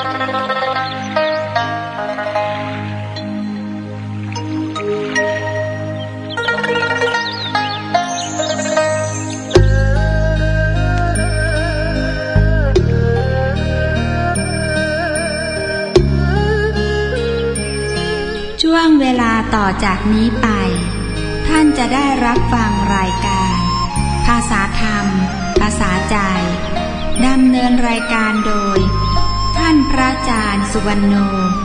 ช่วงเวลาต่อจากนี้ไปท่านจะได้รับฟังรายการภาษาธรรมภาษาใจดำเนินรายการโดยท่านพระอาจารย์สุวรรณโญ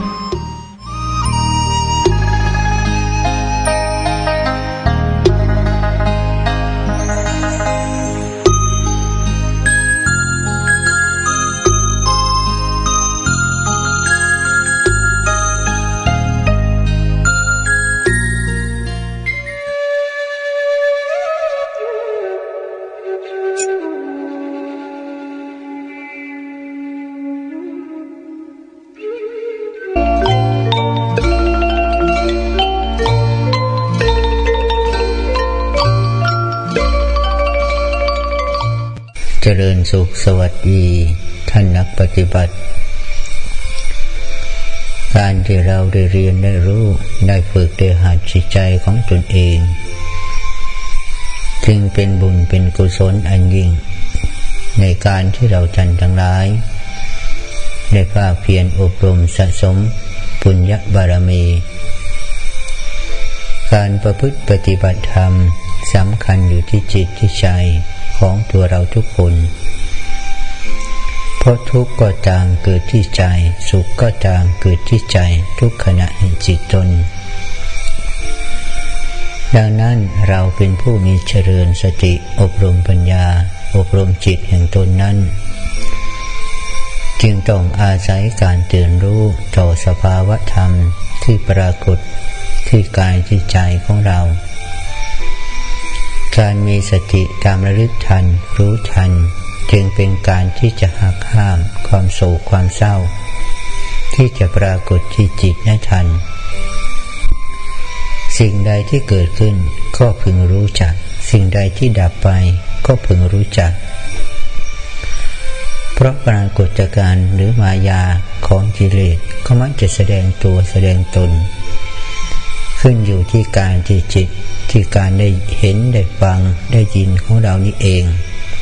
เจริญสุขสวัสดีท่านนักปฏิบัติการที่เราได้เรียนได้รู้ได้ฝึกได้หัดจิตใจของตนเองจึงเป็นบุญเป็นกุศลอันยิ่งในการที่เราท่านทั้งหลายได้ภาคเพียรอบรมสะสมปุญญบารมีการประพฤติปฏิบัติธรรมสำคัญอยู่ที่จิตที่ใจของตัวเราทุกคนเพราะทุกข์ก็ตามเกิดที่ใจสุขก็ตามเกิดที่ใจทุกขณะแห่งจิตตนดังนั้นเราเป็นผู้มีเจริญสติอบรมปัญญาอบรมจิตแห่งตนนั้นจึงต้องอาศัยการตื่นรู้ต่อสภาวะธรรมที่ปรากฏที่กายที่ใจของเราการมีสติตามระลึกทันรู้ทันจึงเป็นการที่จะหักห้ามความโศกความเศร้าที่จะปรากฏที่จิตได้ทันสิ่งใดที่เกิดขึ้นก็พึงรู้จักสิ่งใดที่ดับไปก็พึงรู้จักเพราะปรากฏการณ์หรือมายาของกิเลสก็มักจะแสดงตัวแสดงตนขึ้นอยู่ที่การที่จิตที่การได้เห็นได้ฟังได้ยินของเรานี่เอง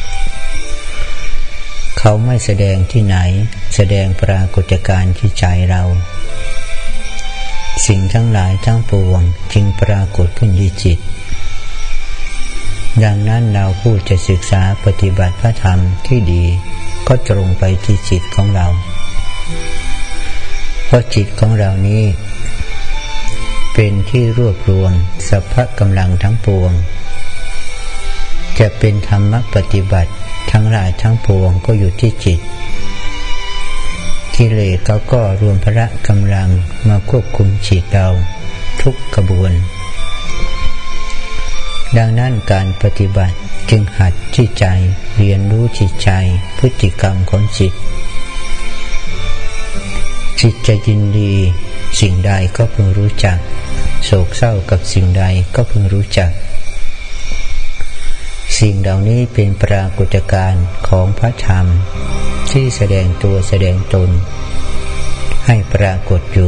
เขาไม่แสดงที่ไหนแสดงปรากฏการณ์ที่ใจเราสิ่งทั้งหลายทั้งปวงจึงปรากฏขึ้นที่จิตดังนั้นเราผู้จะศึกษาปฏิบัติพระธรรมที่ดีก็ตรงไปที่จิตของเราเพราะจิตของเรานี้เป็นที่รวบรวมสรรพกำลังทั้งปวงจะเป็นธรรมปฏิบัติทั้งหลายทั้งปวงก็อยู่ที่จิตกิเลสเขาก็รวมพละกำลังมาควบคุมจิตเราทุกกระบวนดังนั้นการปฏิบัติจึงหัดที่ใจเรียนรู้จิตใจพฤติกรรมของจิตจิตจะยินดีสิ่งใดก็พึงรู้จักโศกเศร้ากับสิ่งใดก็พึงรู้จักสิ่งเหล่านี้เป็นปรากฏการณ์ของพระธรรมที่แสดงตัวแสดงตนให้ปรากฏอยู่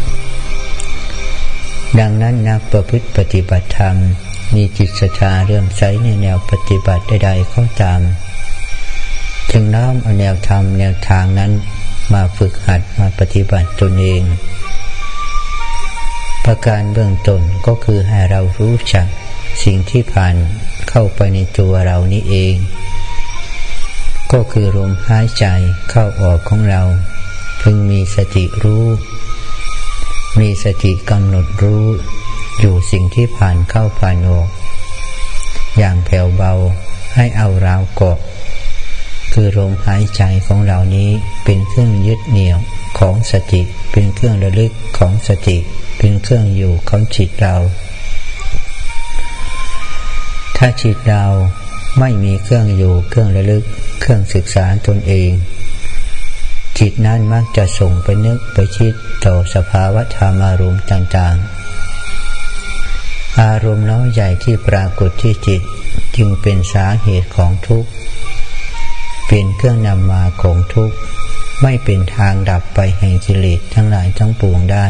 ดังนั้นนักประพฤติปฏิบัติธรรมมีจิตศรัทธาเลื่อมใสในแนวปฏิบัติใดๆก็ตามจึงน้อมเอาแนวธรรมแนวทางนั้นมาฝึกหัดมาปฏิบัติตนเองประการเบื้องต้นก็คือให้เรารู้จักสิ่งที่ผ่านเข้าไปในตัวเรานี้เองก็คือลมหายใจเข้าออกของเราพึงมีสติรู้มีสติกำหนดรู้อยู่สิ่งที่ผ่านเข้าผ่านออกอย่างแผ่วเบาให้เอาราวเกาะคือลมหายใจของเรานี้เป็นเครื่องยึดเหนี่ยวของสติเป็นเครื่องระลึกของสติเป็นเครื่องอยู่ของจิตเราถ้าจิตเราไม่มีเครื่องอยู่เครื่องระลึกเครื่องศึกษาตนเองจิตนั้นมักจะส่งไปนึกไปคิดต่อสภาวะธรรมอารมณ์ต่างๆอารมณ์น้อยใหญ่ที่ปรากฏที่จิตจึงเป็นสาเหตุของทุกข์เป็นเครื่องนำมาของทุกข์ไม่เป็นทางดับไปแห่งกิเลสทั้งหลายทั้งปวงได้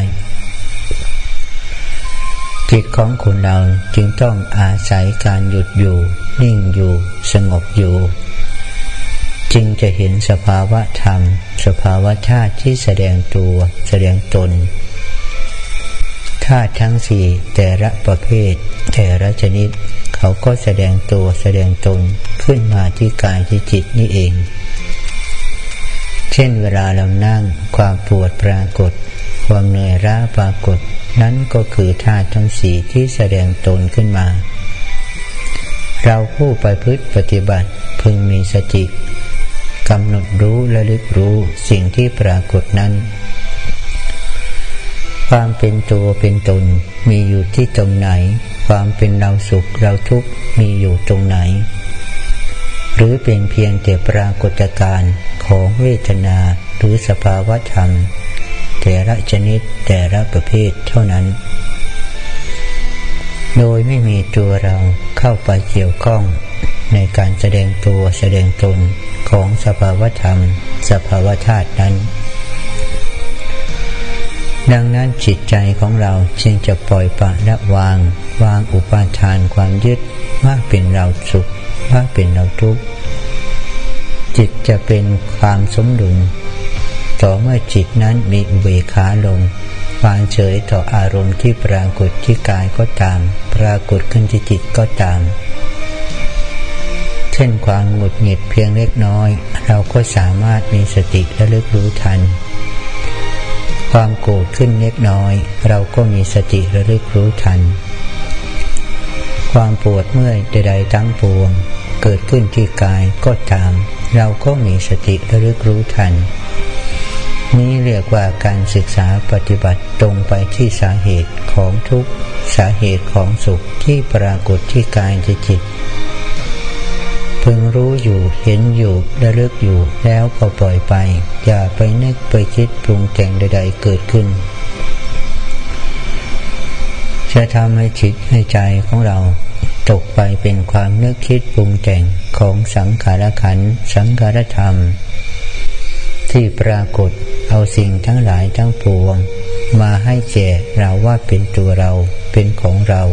จิตของคนเราจึงต้องอาศัยการหยุดอยู่นิ่งอยู่สงบอยู่จึงจะเห็นสภาวะธรรมสภาวะธาตุที่แสดงตัวแสดงตนธาตุทั้งสี่แต่ละประเภทแต่ละชนิดเขาก็แสดงตัวแสดงตนขึ้นมาที่กายที่จิตนี่เองเช่นเวลาเรานั่งความปวดปรากฏความเหนื่อยล้าปรากฏนั้นก็คือธาตุทั้งสี่ที่แสดงตนขึ้นมาเราผู้ประพฤติปฏิบัติพึงมีสติกำหนดรู้และลึกรู้สิ่งที่ปรากฏนั้นความเป็นตัวเป็นตนมีอยู่ที่ตรงไหนความเป็นเราสุขเราทุกข์มีอยู่ตรงไหนหรือเป็นเพียงแต่ปรากฏการณ์ของเวทนาหรือสภาวะธรรมแต่ละชนิดแต่ละประเภทเท่านั้นโดยไม่มีตัวเราเข้าไปเกี่ยวข้องในการแสดงตัวแสดงตนของสภาวะธรรมสภาวะธาตุนั้นดังนั้นจิตใจของเราจึงจะปล่อยปละวางอุปาทานความยึดว่าเป็นเราสุขว่าเป็นเราทุกข์จิตจะเป็นความสมดุลต่อเมื่อจิตนั้นมีอุเบกขาลงวางเฉยต่ออารมณ์ที่ปรากฏที่กายก็ตามปรากฏขึ้นที่จิตก็ตามเช่นความหงุดหงิดเพียงเล็กน้อยเราก็สามารถมีสติระลึกรู้ทันความโกรธขึ้นเล็กน้อยเราก็มีสติระลึกรู้ทันความปวดเมื่อยใดๆทั้งปวงเกิดขึ้นที่กายก็ตามเราก็มีสติระลึกรู้ทันนี้เรียกว่าการศึกษาปฏิบัติตรงไปที่สาเหตุของทุกข์สาเหตุของสุขที่ปรากฏที่กายที่จิตพึงรู้อยู่เห็นอยู่ระลึกอยู่แล้วก็ปล่อยไปอย่าไปนึกไปคิดปรุงแต่งใดๆเกิดขึ้นจะทำให้จิตให้ใจของเราตกไปเป็นความนึกคิดปรุงแต่งของสังขารขันธ์สังขารธรรมที่ปรากฏเอาสิ่งทั้งหลายทั้งปวงมาให้แก่เราว่าเป็นตัวเราเป็นของเรา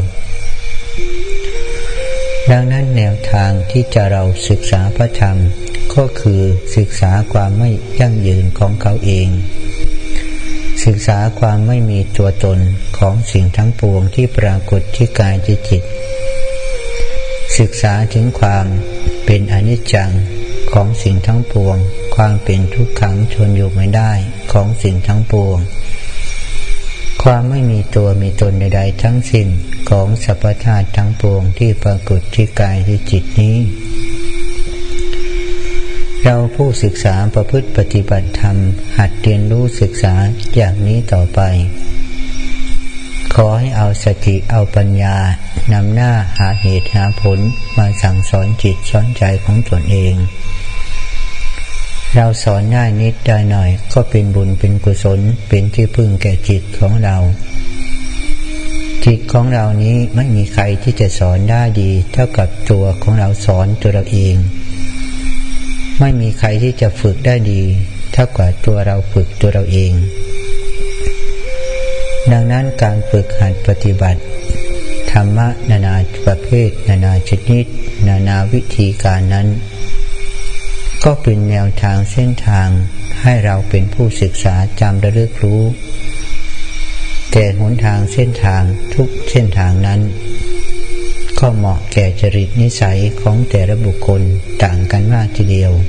ดังนั้นแนวทางที่จะเราศึกษาพระธรรมก็คือศึกษาความไม่ยั่งยืนของเขาเองศึกษาความไม่มีตัวตนของสิ่งทั้งปวงที่ปรากฏที่กายที่จิตศึกษาถึงความเป็นอนิจจังของสิ่งทั้งปวงความเป็นทุกขังทนอยู่ไม่ได้ของสิ่งทั้งปวงความไม่มีตัวมีตนใดๆทั้งสิ้นของสรรพธาตุทั้งปวงที่ปรากฏที่กายที่จิตนี้เราผู้ศึกษาประพฤติปฏิบัติธรรมหัดเรียนรู้ศึกษาอย่างนี้ต่อไปขอให้เอาสติเอาปัญญานำหน้าหาเหตุหาผลมาสั่งสอนจิตสอนใจของตนเองเราสอนได้นิดได้หน่อยก็เป็นบุญเป็นกุศลเป็นที่พึ่งแก่จิตของเราจิตของเรานี้ไม่มีใครที่จะสอนได้ดีเท่ากับตัวของเราสอนตัวเราเองไม่มีใครที่จะฝึกได้ดีเท่ากับตัวเราฝึกตัวเราเองดังนั้นการฝึกหัดปฏิบัติธรรมะนานาประเภทนานาชนิดนานาวิธีการนั้นก็เป็นแนวทางเส้นทางให้เราเป็นผู้ศึกษาจำระลึกรู้แต่หนทางเส้นทางทุกเส้นทางนั้นก็เหมาะแก่จริตนิสัยของแต่ละบุคคลต่างกันมากทีเดียว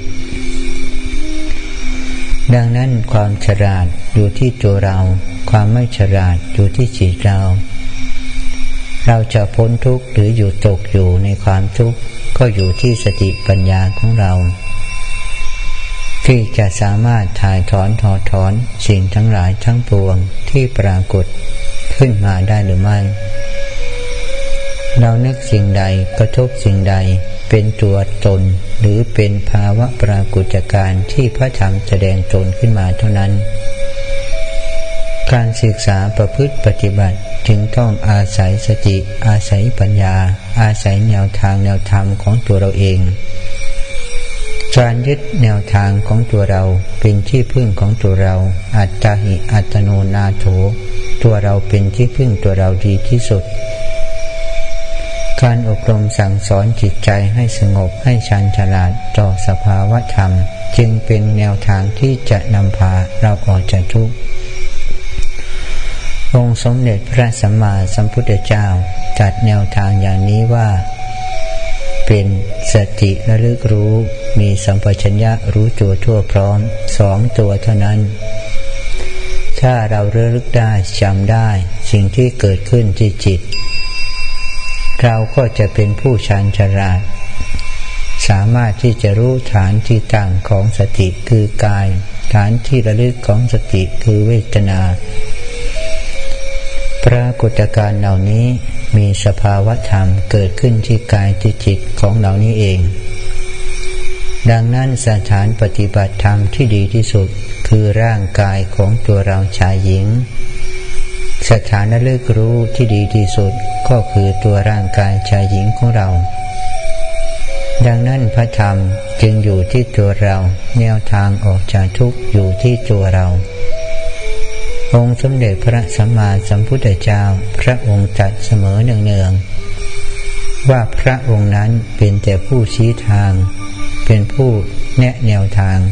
ดังนั้นความฉลาดอยู่ที่ตัวเราความไม่ฉลาดอยู่ที่จิตเราจะพ้นทุกข์หรืออยู่ตกอยู่ในความทุกข์ก็อยู่ที่สติปัญญาของเราที่จะสามารถถ่ายถอนถอดถอนสิ่งทั้งหลายทั้งปวงที่ปรากฏขึ้นมาได้หรือไม่เรานึกสิ่งใดกระทบสิ่งใดเป็นตัวตนหรือเป็นภาวะปรากฏการณ์ที่พระธรรมแสดงตนขึ้นมาเท่านั้นการศึกษาประพฤติปฏิบัติจึงต้องอาศัยสติอาศัยปัญญาอาศัยแนวทางแนวธรรมของตัวเราเองการยึดแนวทางของตัวเราเป็นที่พึ่งของตัวเราอัตตาหิอัตโนนาโถตัวเราเป็นที่พึ่งตัวเราดีที่สุดการอบรมสั่งสอนจิตใจให้สงบให้ชันฉลาดต่อสภาวะธรรมจึงเป็นแนวทางที่จะนำพาเราออกจากทุกข์องค์สมเด็จพระสัมมาสัมพุทธเจ้าจัดแนวทางอย่างนี้ว่าเป็นสติระลึกรู้มีสัมปชัญญะรู้ตัวทั่วพร้อม2ตัวเท่านั้นถ้าเราระลึกได้จำได้สิ่งที่เกิดขึ้นที่จิตเราก็จะเป็นผู้ชันฉลาดสามารถที่จะรู้ฐานที่ตั้งของสติคือกายฐานที่ระลึกของสติคือเวทนาปรากฏการณ์เหล่านี้มีสภาวะธรรมเกิดขึ้นที่กายที่จิตของเรานี้เองดังนั้นสถานปฏิบัติธรรมที่ดีที่สุดคือร่างกายของตัวเราชายหญิงสถานระลึกรู้ที่ดีที่สุดก็คือตัวร่างกายชายหญิงของเราดังนั้นพระธรรมจึงอยู่ที่ตัวเราแนวทางออกจากทุกข์อยู่ที่ตัวเราองค์สมเด็จพระสัมมาสัมพุทธเจ้าพระองค์ตรัสเสมอเนืองๆว่าพระองค์นั้นเป็นแต่ผู้ชี้ทางเป็นผู้แนะแนวทาง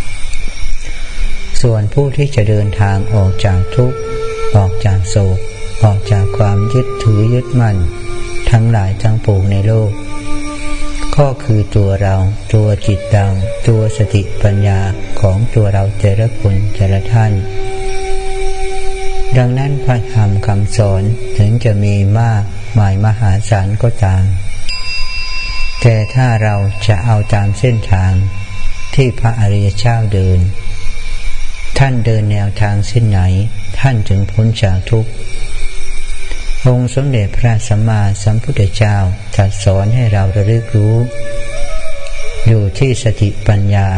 ส่วนผู้ที่จะเดินทางออกจากทุกข์ออกจากโศกออกจากความยึดถือยึดมั่นทั้งหลายทั้งปวงในโลกก็คือตัวเราตัวจิตเราตัวสติปัญญาของตัวเราแต่ละคนแต่ละท่านดังนั้นพระธรรมคำสอนถึงจะมีมากมายมหาศาลก็ตามแต่ถ้าเราจะเอาตามเส้นทางที่พระอริยเจ้าเดินท่านเดินแนวทางเส้นไหนท่านจึงพ้นจากทุกข์องค์สมเด็จพระสัมมาสัมพุทธเจ้าตรัสสอนให้เราระลึกรู้อยู่ที่สติปัญญา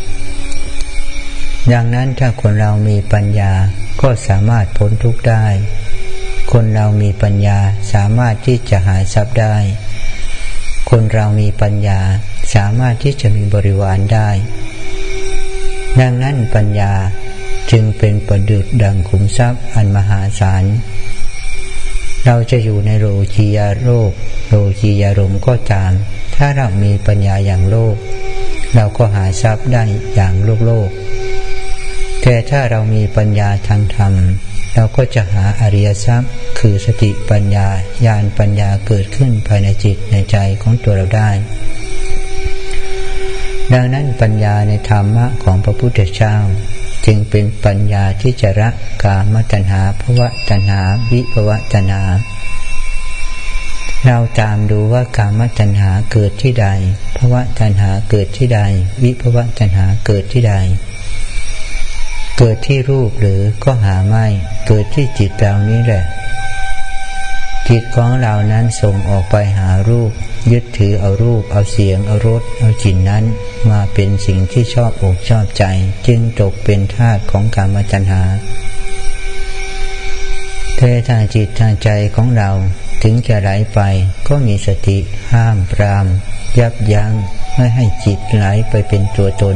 ดังนั้นถ้าคนเรามีปัญญาก็สามารถพ้นทุกข์ได้คนเรามีปัญญาสามารถที่จะหาทรัพย์ได้คนเรามีปัญญาสามารถที่จะมีบริวารได้ดังนั้นปัญญาจึงเป็นประดุจดังขุมทรัพย์อันมหาศาลเราจะอยู่ในโลกียโลกโลกียารมณ์ก็ตามถ้าเรามีปัญญาอย่างโลกเราก็หาทรัพย์ได้อย่างโลกแต่ถ้าเรามีปัญญาทางธรรมเราก็จะหาอริยทรัพย์คือสติปัญญาญาณปัญญาเกิดขึ้นภายในจิตในใจของตัวเราได้ดังนั้นปัญญาในธรรมะของพระพุทธเจ้าจึงเป็นปัญญาที่จะละกามตัณหาภวตัณหาวิภวตัณหาเราตามดูว่ากามตัณหาเกิดที่ใดภวตัณหาเกิดที่ใดวิภวตัณหาเกิดที่ใดเกิดที่รูปหรือก็หาไม่เกิดที่จิตเรานี้แหละจิตของเรานั้นส่งออกไปหารูปยึดถือเอารูปเอาเสียงเอารสเอากลิ่นนั้นมาเป็นสิ่งที่ชอบอกชอบใจจึงตกเป็นทาสของกามตัณหาแต่ถ้าจิตทางใจของเราถึงจะไหลไปก็มีสติห้ามปรามยับยั้งไม่ให้จิตไหลไปเป็นตัวตน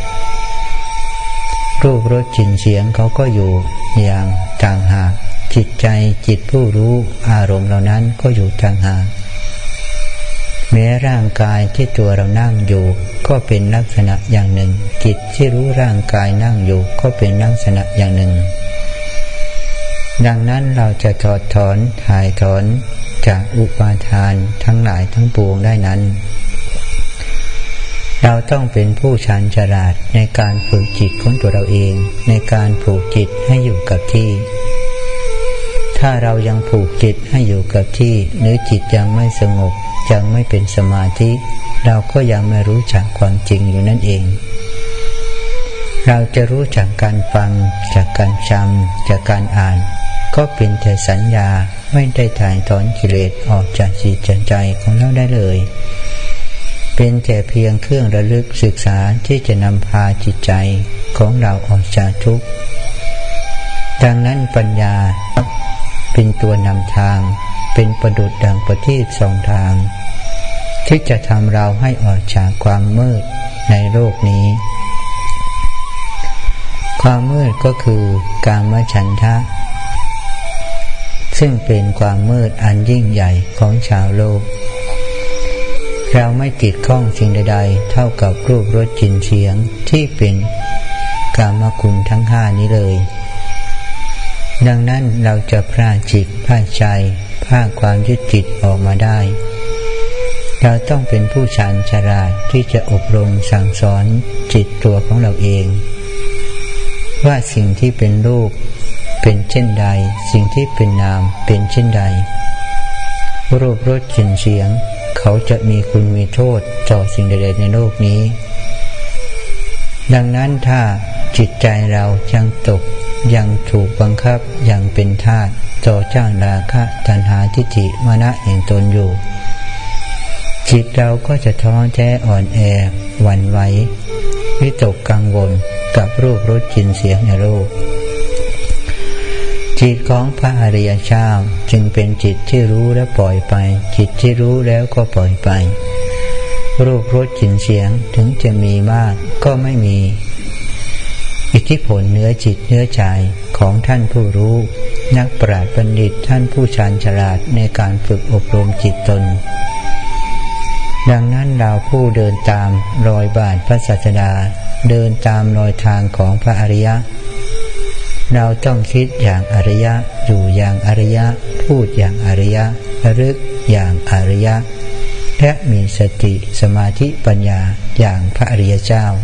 รูปรสกลิ่นเสียงเขาก็อยู่อย่างต่างหากจิตใจจิตผู้รู้อารมณ์เหล่านั้นก็อยู่ต่างหากแม้ร่างกายที่ตัวเรานั่งอยู่ก็เป็นลักษณะอย่างหนึ่งจิตที่รู้ร่างกายนั่งอยู่ก็เป็นลักษณะอย่างหนึ่งดังนั้นเราจะถอดถอนถ่ายถอนจากอุปาทานทั้งหลายทั้งปวงได้นั้นเราต้องเป็นผู้ชันฉลาดในการฝึกจิตของตัวเราเองในการผูกจิตให้อยู่กับที่ถ้าเรายังผูกจิตให้อยู่กับที่หรือจิตยังไม่สงบยังไม่เป็นสมาธิเราก็ยังไม่รู้จักความจริงอยู่นั่นเองเราจะรู้จากการฟังจากการจำจากการอ่านก็เป็นแต่สัญญาไม่ได้ถ่ายถอนกิเลสออกจากจิตใจของเราได้เลยเป็นแต่เพียงเครื่องระลึกศึกษาที่จะนำพาจิตใจของเราออกจากทุกข์ดังนั้นปัญญาเป็นตัวนำทางเป็นประดุจดังประทีปส่องทางที่จะทำเราให้ออกจากความมืดในโลกนี้ความมืดก็คือกามฉันทะซึ่งเป็นความมืดอันยิ่งใหญ่ของชาวโลกเราไม่ติดข้องสิ่งใดๆเท่ากับรูปรสกลิ่นเสียงที่เป็นกามคุณทั้งห้านี้เลยดังนั้นเราจะพรากจิตพรากใจพรากความยึดติดออกมาได้เราต้องเป็นผู้ชาญฉลาดที่จะอบรมสั่งสอนจิตตัวของเราเองว่าสิ่งที่เป็นรูปเป็นเช่นใดสิ่งที่เป็นนามเป็นเช่นใดรูปรสกลิ่นเสียงเขาจะมีคุณมีโทษต่อสิ่งใดๆในโลกนี้ดังนั้นถ้าจิตใจเรายังตกยังถูกบังคับยังเป็นทาสต่อเจ้าราคะตัณหาทิฏฐิมานะแห่งตนอยู่จิตเราก็จะท้อแท้อ่อนแอหวั่นไหววิตกกังวลกับรูปรสกลิ่นเสียงในโลกจิตของพระอริยเจ้าจึงเป็นจิตที่รู้และปล่อยไปจิตที่รู้แล้วก็ปล่อยไปรูปรสกลิ่นเสียงถึงจะมีมากก็ไม่มีอิทธิพลเหนือจิตเหนือใจของท่านผู้รู้นักปราชญ์บัณฑิตท่านผู้ชาญฉลาดในการฝึกอบรมจิตตนดังนั้นเราผู้เดินตามรอยบาทพระศาสดาเดินตามรอยทางของพระอริยะเราต้องคิดอย่างอริยะอยู่อย่างอริยะพูดอย่างอริยะระลึกอย่างอริยะและมีสติสมาธิปัญญาอย่างพระอริยเจ้า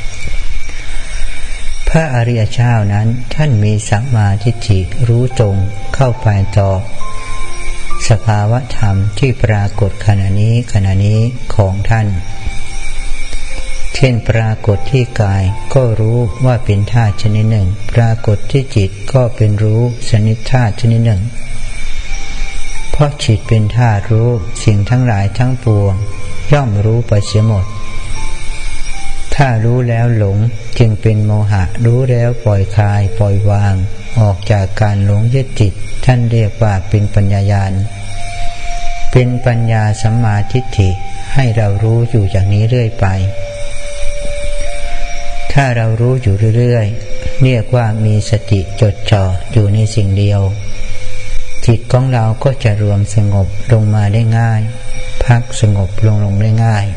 พระอริยเจ้านั้นท่านมีสัมมาทิฏฐิรู้ตรงเข้าไปต่อสภาวะธรรมที่ปรากฏขณะนี้ของท่านเช่นปรากฏที่กายก็รู้ว่าเป็นธาตุชนิดหนึ่งปรากฏที่จิตก็เป็นรู้ชนิดธาตุชนิดหนึ่งเพราะจิตเป็นธาตุรู้สิ่งทั้งหลายทั้งปวงย่อมรู้ไปเสียหมดถ้ารู้แล้วหลงจึงเป็นโมหะรู้แล้วปล่อยคลายปล่อยวางออกจากการหลงยึดติดท่านเรียกว่าเป็นปัญญาญาณเป็นปัญญาสัมมาทิฏฐิให้เรารู้อยู่อย่างนี้เรื่อยไปถ้าเรารู้อยู่เรื่อยๆเรียกว่ามีสติจดจ่ออยู่ในสิ่งเดียวจิตของเราก็จะรวมสงบลงมาได้ง่ายพักสงบลงได้ง่าย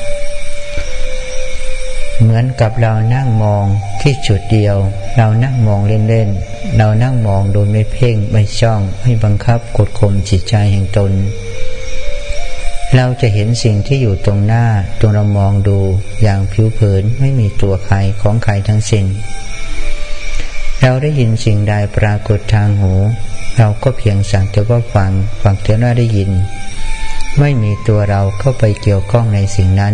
เหมือนกับเรานั่งมองที่จุดเดียวเรานั่งมองเล่นๆเรานั่งมองโดยไม่เพ่งไม่จ้องไม่บังคับกดข่มจิตใจแห่งตนเราจะเห็นสิ่งที่อยู่ตรงหน้าตรงเรามองดูอย่างผิวเผินไม่มีตัวใครของใครทั้งสิ้นเราได้ยินสิ่งใดปรากฏทางหูเราก็เพียงสักแต่ว่าฟังแต่ว่าได้ยินไม่มีตัวเราเข้าไปเกี่ยวข้องในสิ่งนั้น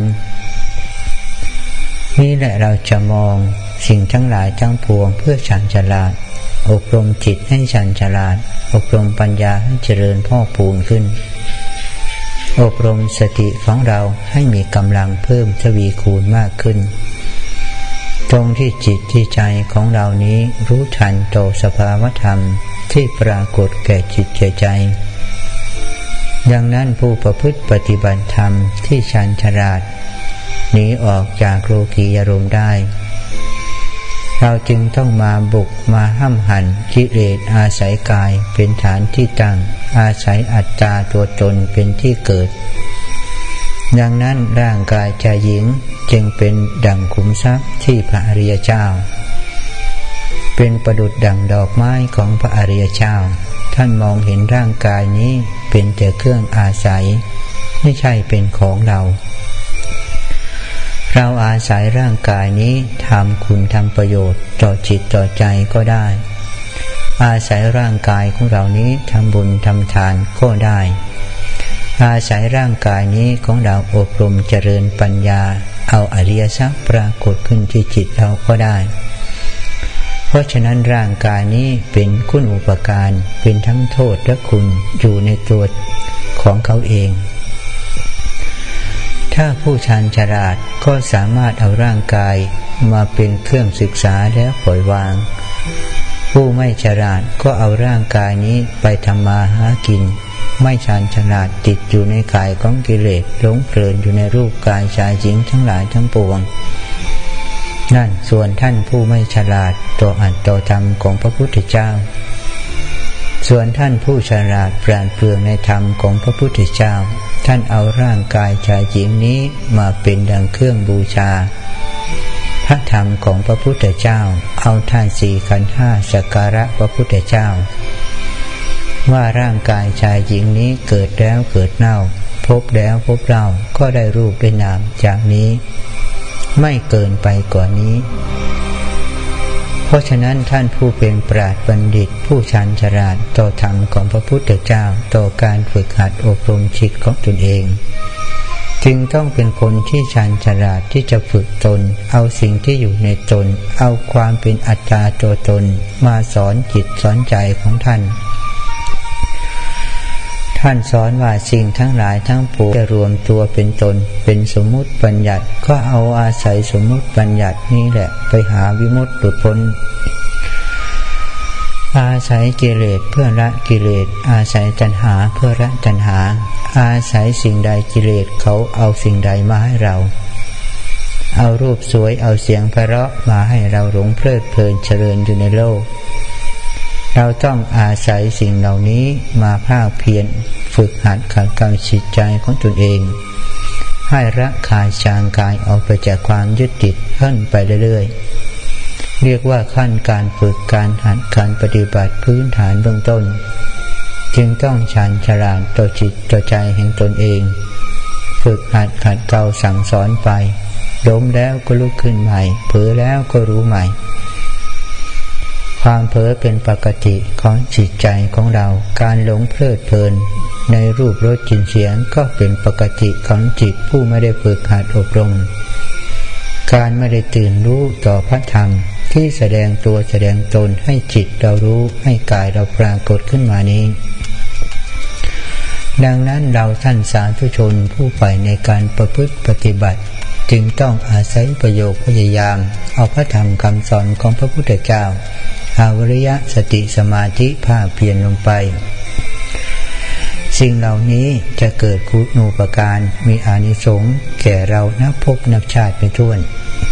นี่แหละเราจะมองสิ่งทั้งหลายทั้งปวงเพื่อชาญฉลาดอบรมจิตให้ชาญฉลาดอบรมปัญญาให้เจริญพ่อพูนขึ้นอบรมสติของเราให้มีกำลังเพิ่มทวีคูณมากขึ้นตรงที่จิตที่ใจของเรานี้รู้ทันต่อสภาวธรรมที่ปรากฏแก่จิตแก่ใจดังนั้นผู้ประพฤติปฏิบัติธรรมที่ชาญฉลาดหนีออกจากโลกียารมณ์ได้เราจึงต้องมาบุกมาห้ำหั่นกิเลสอาศัยกายเป็นฐานที่ตั้งอาศัยอัตตาตัวตนเป็นที่เกิดดังนั้นร่างกายชายหญิงจึงเป็นดั่งขุมทรัพย์ที่พระอริยเจ้าเป็นประดุจดั่งดอกไม้ของพระอริยเจ้าท่านมองเห็นร่างกายนี้เป็นแต่เครื่องอาศัยไม่ใช่เป็นของเราอาศัยร่างกายนี้ทำคุณทำประโยชน์ต่อจิตต่อใจก็ได้อาศัยร่างกายของเรานี้ทำบุญทำทานก็ได้อาศัยร่างกายนี้ของเราอบรมเจริญปัญญาเอาอริยสัจปรากฏขึ้นที่จิตเราก็ได้เพราะฉะนั้นร่างกายนี้เป็นคุณอุปการเป็นทั้งโทษและคุณอยู่ในตัวของเขาเองถ้าผู้ชาญฉลาดก็สามารถเอาร่างกายมาเป็นเครื่องศึกษาแล้วปล่อยวางผู้ไม่ฉลาดก็เอาร่างกายนี้ไปทำมาหากินไม่ชาญฉลาดติดอยู่ในข่ายของกิเลสหลงเพลินอยู่ในรูปกายชายหญิงทั้งหลายทั้งปวงนั่นส่วนท่านผู้ไม่ฉลาดต่ออัตต่อธรรมของพระพุทธเจ้าส่วนท่านผู้ฉลาดปราดเปรื่องในธรรมของพระพุทธเจ้าท่านเอาร่างกายชายหญิงนี้มาเป็นดังเครื่องบูชาพระธรรมของพระพุทธเจ้าเอาธาตุสี่ขันธ์ห้าสักการะพระพุทธเจ้าว่าร่างกายชายหญิงนี้เกิดแล้วเกิดเน่าพบแล้วพบเล่าก็ได้รูปได้นามจากนี้ไม่เกินไปกว่านี้เพราะฉะนั้นท่านผู้เป็นปราชญ์บัณฑิตผู้ชาญฉลาดต่อธรรมของพระพุทธเจ้าต่อการฝึกหัดอบรมจิตของตนเองจึงต้องเป็นคนที่ชาญฉลาดที่จะฝึกตนเอาสิ่งที่อยู่ในตนเอาความเป็นอัตตาตัวตนมาสอนจิตสอนใจของท่านสอนว่าสิ่งทั้งหลายทั้งปวงจะรวมตัวเป็นตนเป็นสมมุติบัญญัติก็เอาอาศัยสมมุติบัญญัตินี้แหละไปหาวิมุตติหลุดพ้นอาศัยกิเลสเพื่อละกิเลสอาศัยตัณหาเพื่อละตัณหาอาศัยสิ่งใดกิเลสเขาเอาสิ่งใดมาให้เราเอารูปสวยเอาเสียงไพเราะมาให้เราหลงเพลิดเพลินเจริญอยู่ในโลกเราต้องอาศัยสิ่งเหล่านี้มาภาคเพียรฝึกหัดขัดเกลาจิตใจของตนเองให้ละคายจางกายออกไปจากความยึดติดขึ้นไปเรื่อยๆเรียกว่าขั้นการฝึกการหัดการปฏิบัติพื้นฐานเบื้องต้นจึงต้องชาญฉลาดต่อจิตต่อใจแห่งตนเองฝึกหัดขัดเกลาสั่งสอนไปล้มแล้วก็ลุกขึ้นใหม่เผลอแล้วก็รู้ใหม่ความเผลอเป็นปกติของจิตใจของเราการหลงเพลิดเพลินในรูปรสกลิ่นเสียงก็เป็นปกติของจิตผู้ไม่ได้ฝึกหัดอบรมการไม่ได้ตื่นรู้ต่อพระธรรมที่แสดงตัวแสดงตนให้จิตเรารู้ให้กายเราปรากฏขึ้นมานี้ดังนั้นเราท่านสาธุชนผู้ใฝ่ในการประพฤติปฏิบัติจึงต้องอาศัยประโยชน์พยายามเอาพระธรรมคำสอนของพระพุทธเจ้าอาวิริยะสติสมาธิภาคเพียรลงไปสิ่งเหล่านี้จะเกิดคุณูปการมีอานิสงส์แก่เรานับภพนับชาติไปทั่ว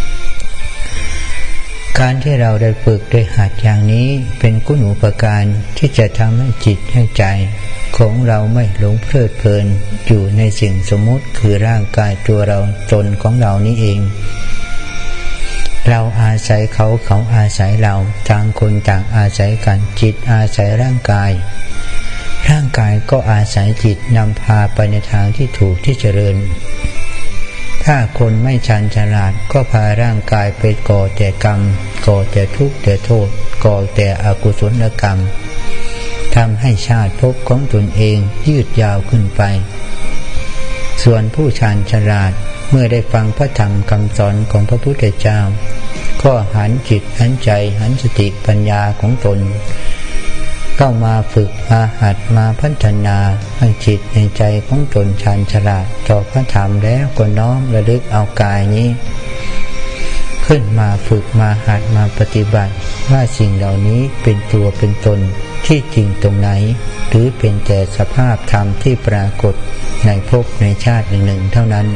การที่เราได้ฝึกได้หัดอย่างนี้เป็นคุณูปการที่จะทำให้จิตให้ใจของเราไม่หลงเพลิดเพลินอยู่ในสิ่งสมมุติคือร่างกายตัวเราตนของเรานี้เองเราอาศัยเขาอาศัยเราต่างคนต่างอาศัยกันจิตอาศัยร่างกายก็อาศัยจิตนำพาไปในทางที่ถูกที่เจริญถ้าคนไม่ชาญฉลาดก็พาร่างกายไปก่อแต่กรรมก่อแต่ทุกข์แต่โทษก่อแต่อกุศลกรรมทำให้ชาติภพของตนเองยืดยาวขึ้นไปส่วนผู้ชาญฉลาดเมื่อได้ฟังพระธรรมคำสอนของพระพุทธเจ้าก็หันจิตหันใจหันสติปัญญาของตนเข้ามาฝึกมาหัดมาพัฒนาให้จิตในใจของตนชาญฉลาดต่อพระธรรมแล้วก็น้อมระลึกเอากายนี้ขึ้นมาฝึกมาหัดมาปฏิบัติว่าสิ่งเหล่านี้เป็นตัวเป็นตนที่จริงตรงไหนหรือเป็นแต่สภาพธรรมที่ปรากฏในภพในชาติหนึ่งเท่านั้น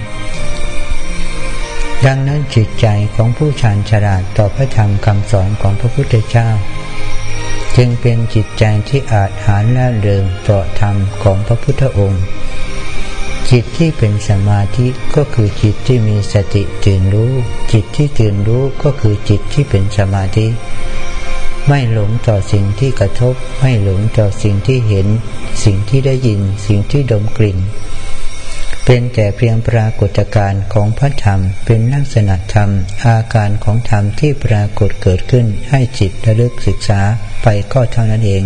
ดังนั้นจิตใจของผู้ชาญฉลาดต่อพระธรรมคำสอนของพระพุทธเจ้าจึงเป็นจิตใจที่อาจหาญร่าเริงต่อธรรมของพระพุทธองค์จิตที่เป็นสมาธิก็คือจิตที่มีสติตื่นรู้จิตที่ตื่นรู้ก็คือจิตที่เป็นสมาธิไม่หลงต่อสิ่งที่กระทบไม่หลงต่อสิ่งที่เห็นสิ่งที่ได้ยินสิ่งที่ดมกลิ่นเป็นแต่เพียงปรากฏการณ์ของพระธรรมเป็นลักษณะธรรมอาการของธรรมที่ปรากฏเกิดขึ้นให้จิตระลึกศึกษาไปก็เท่านั้นเอง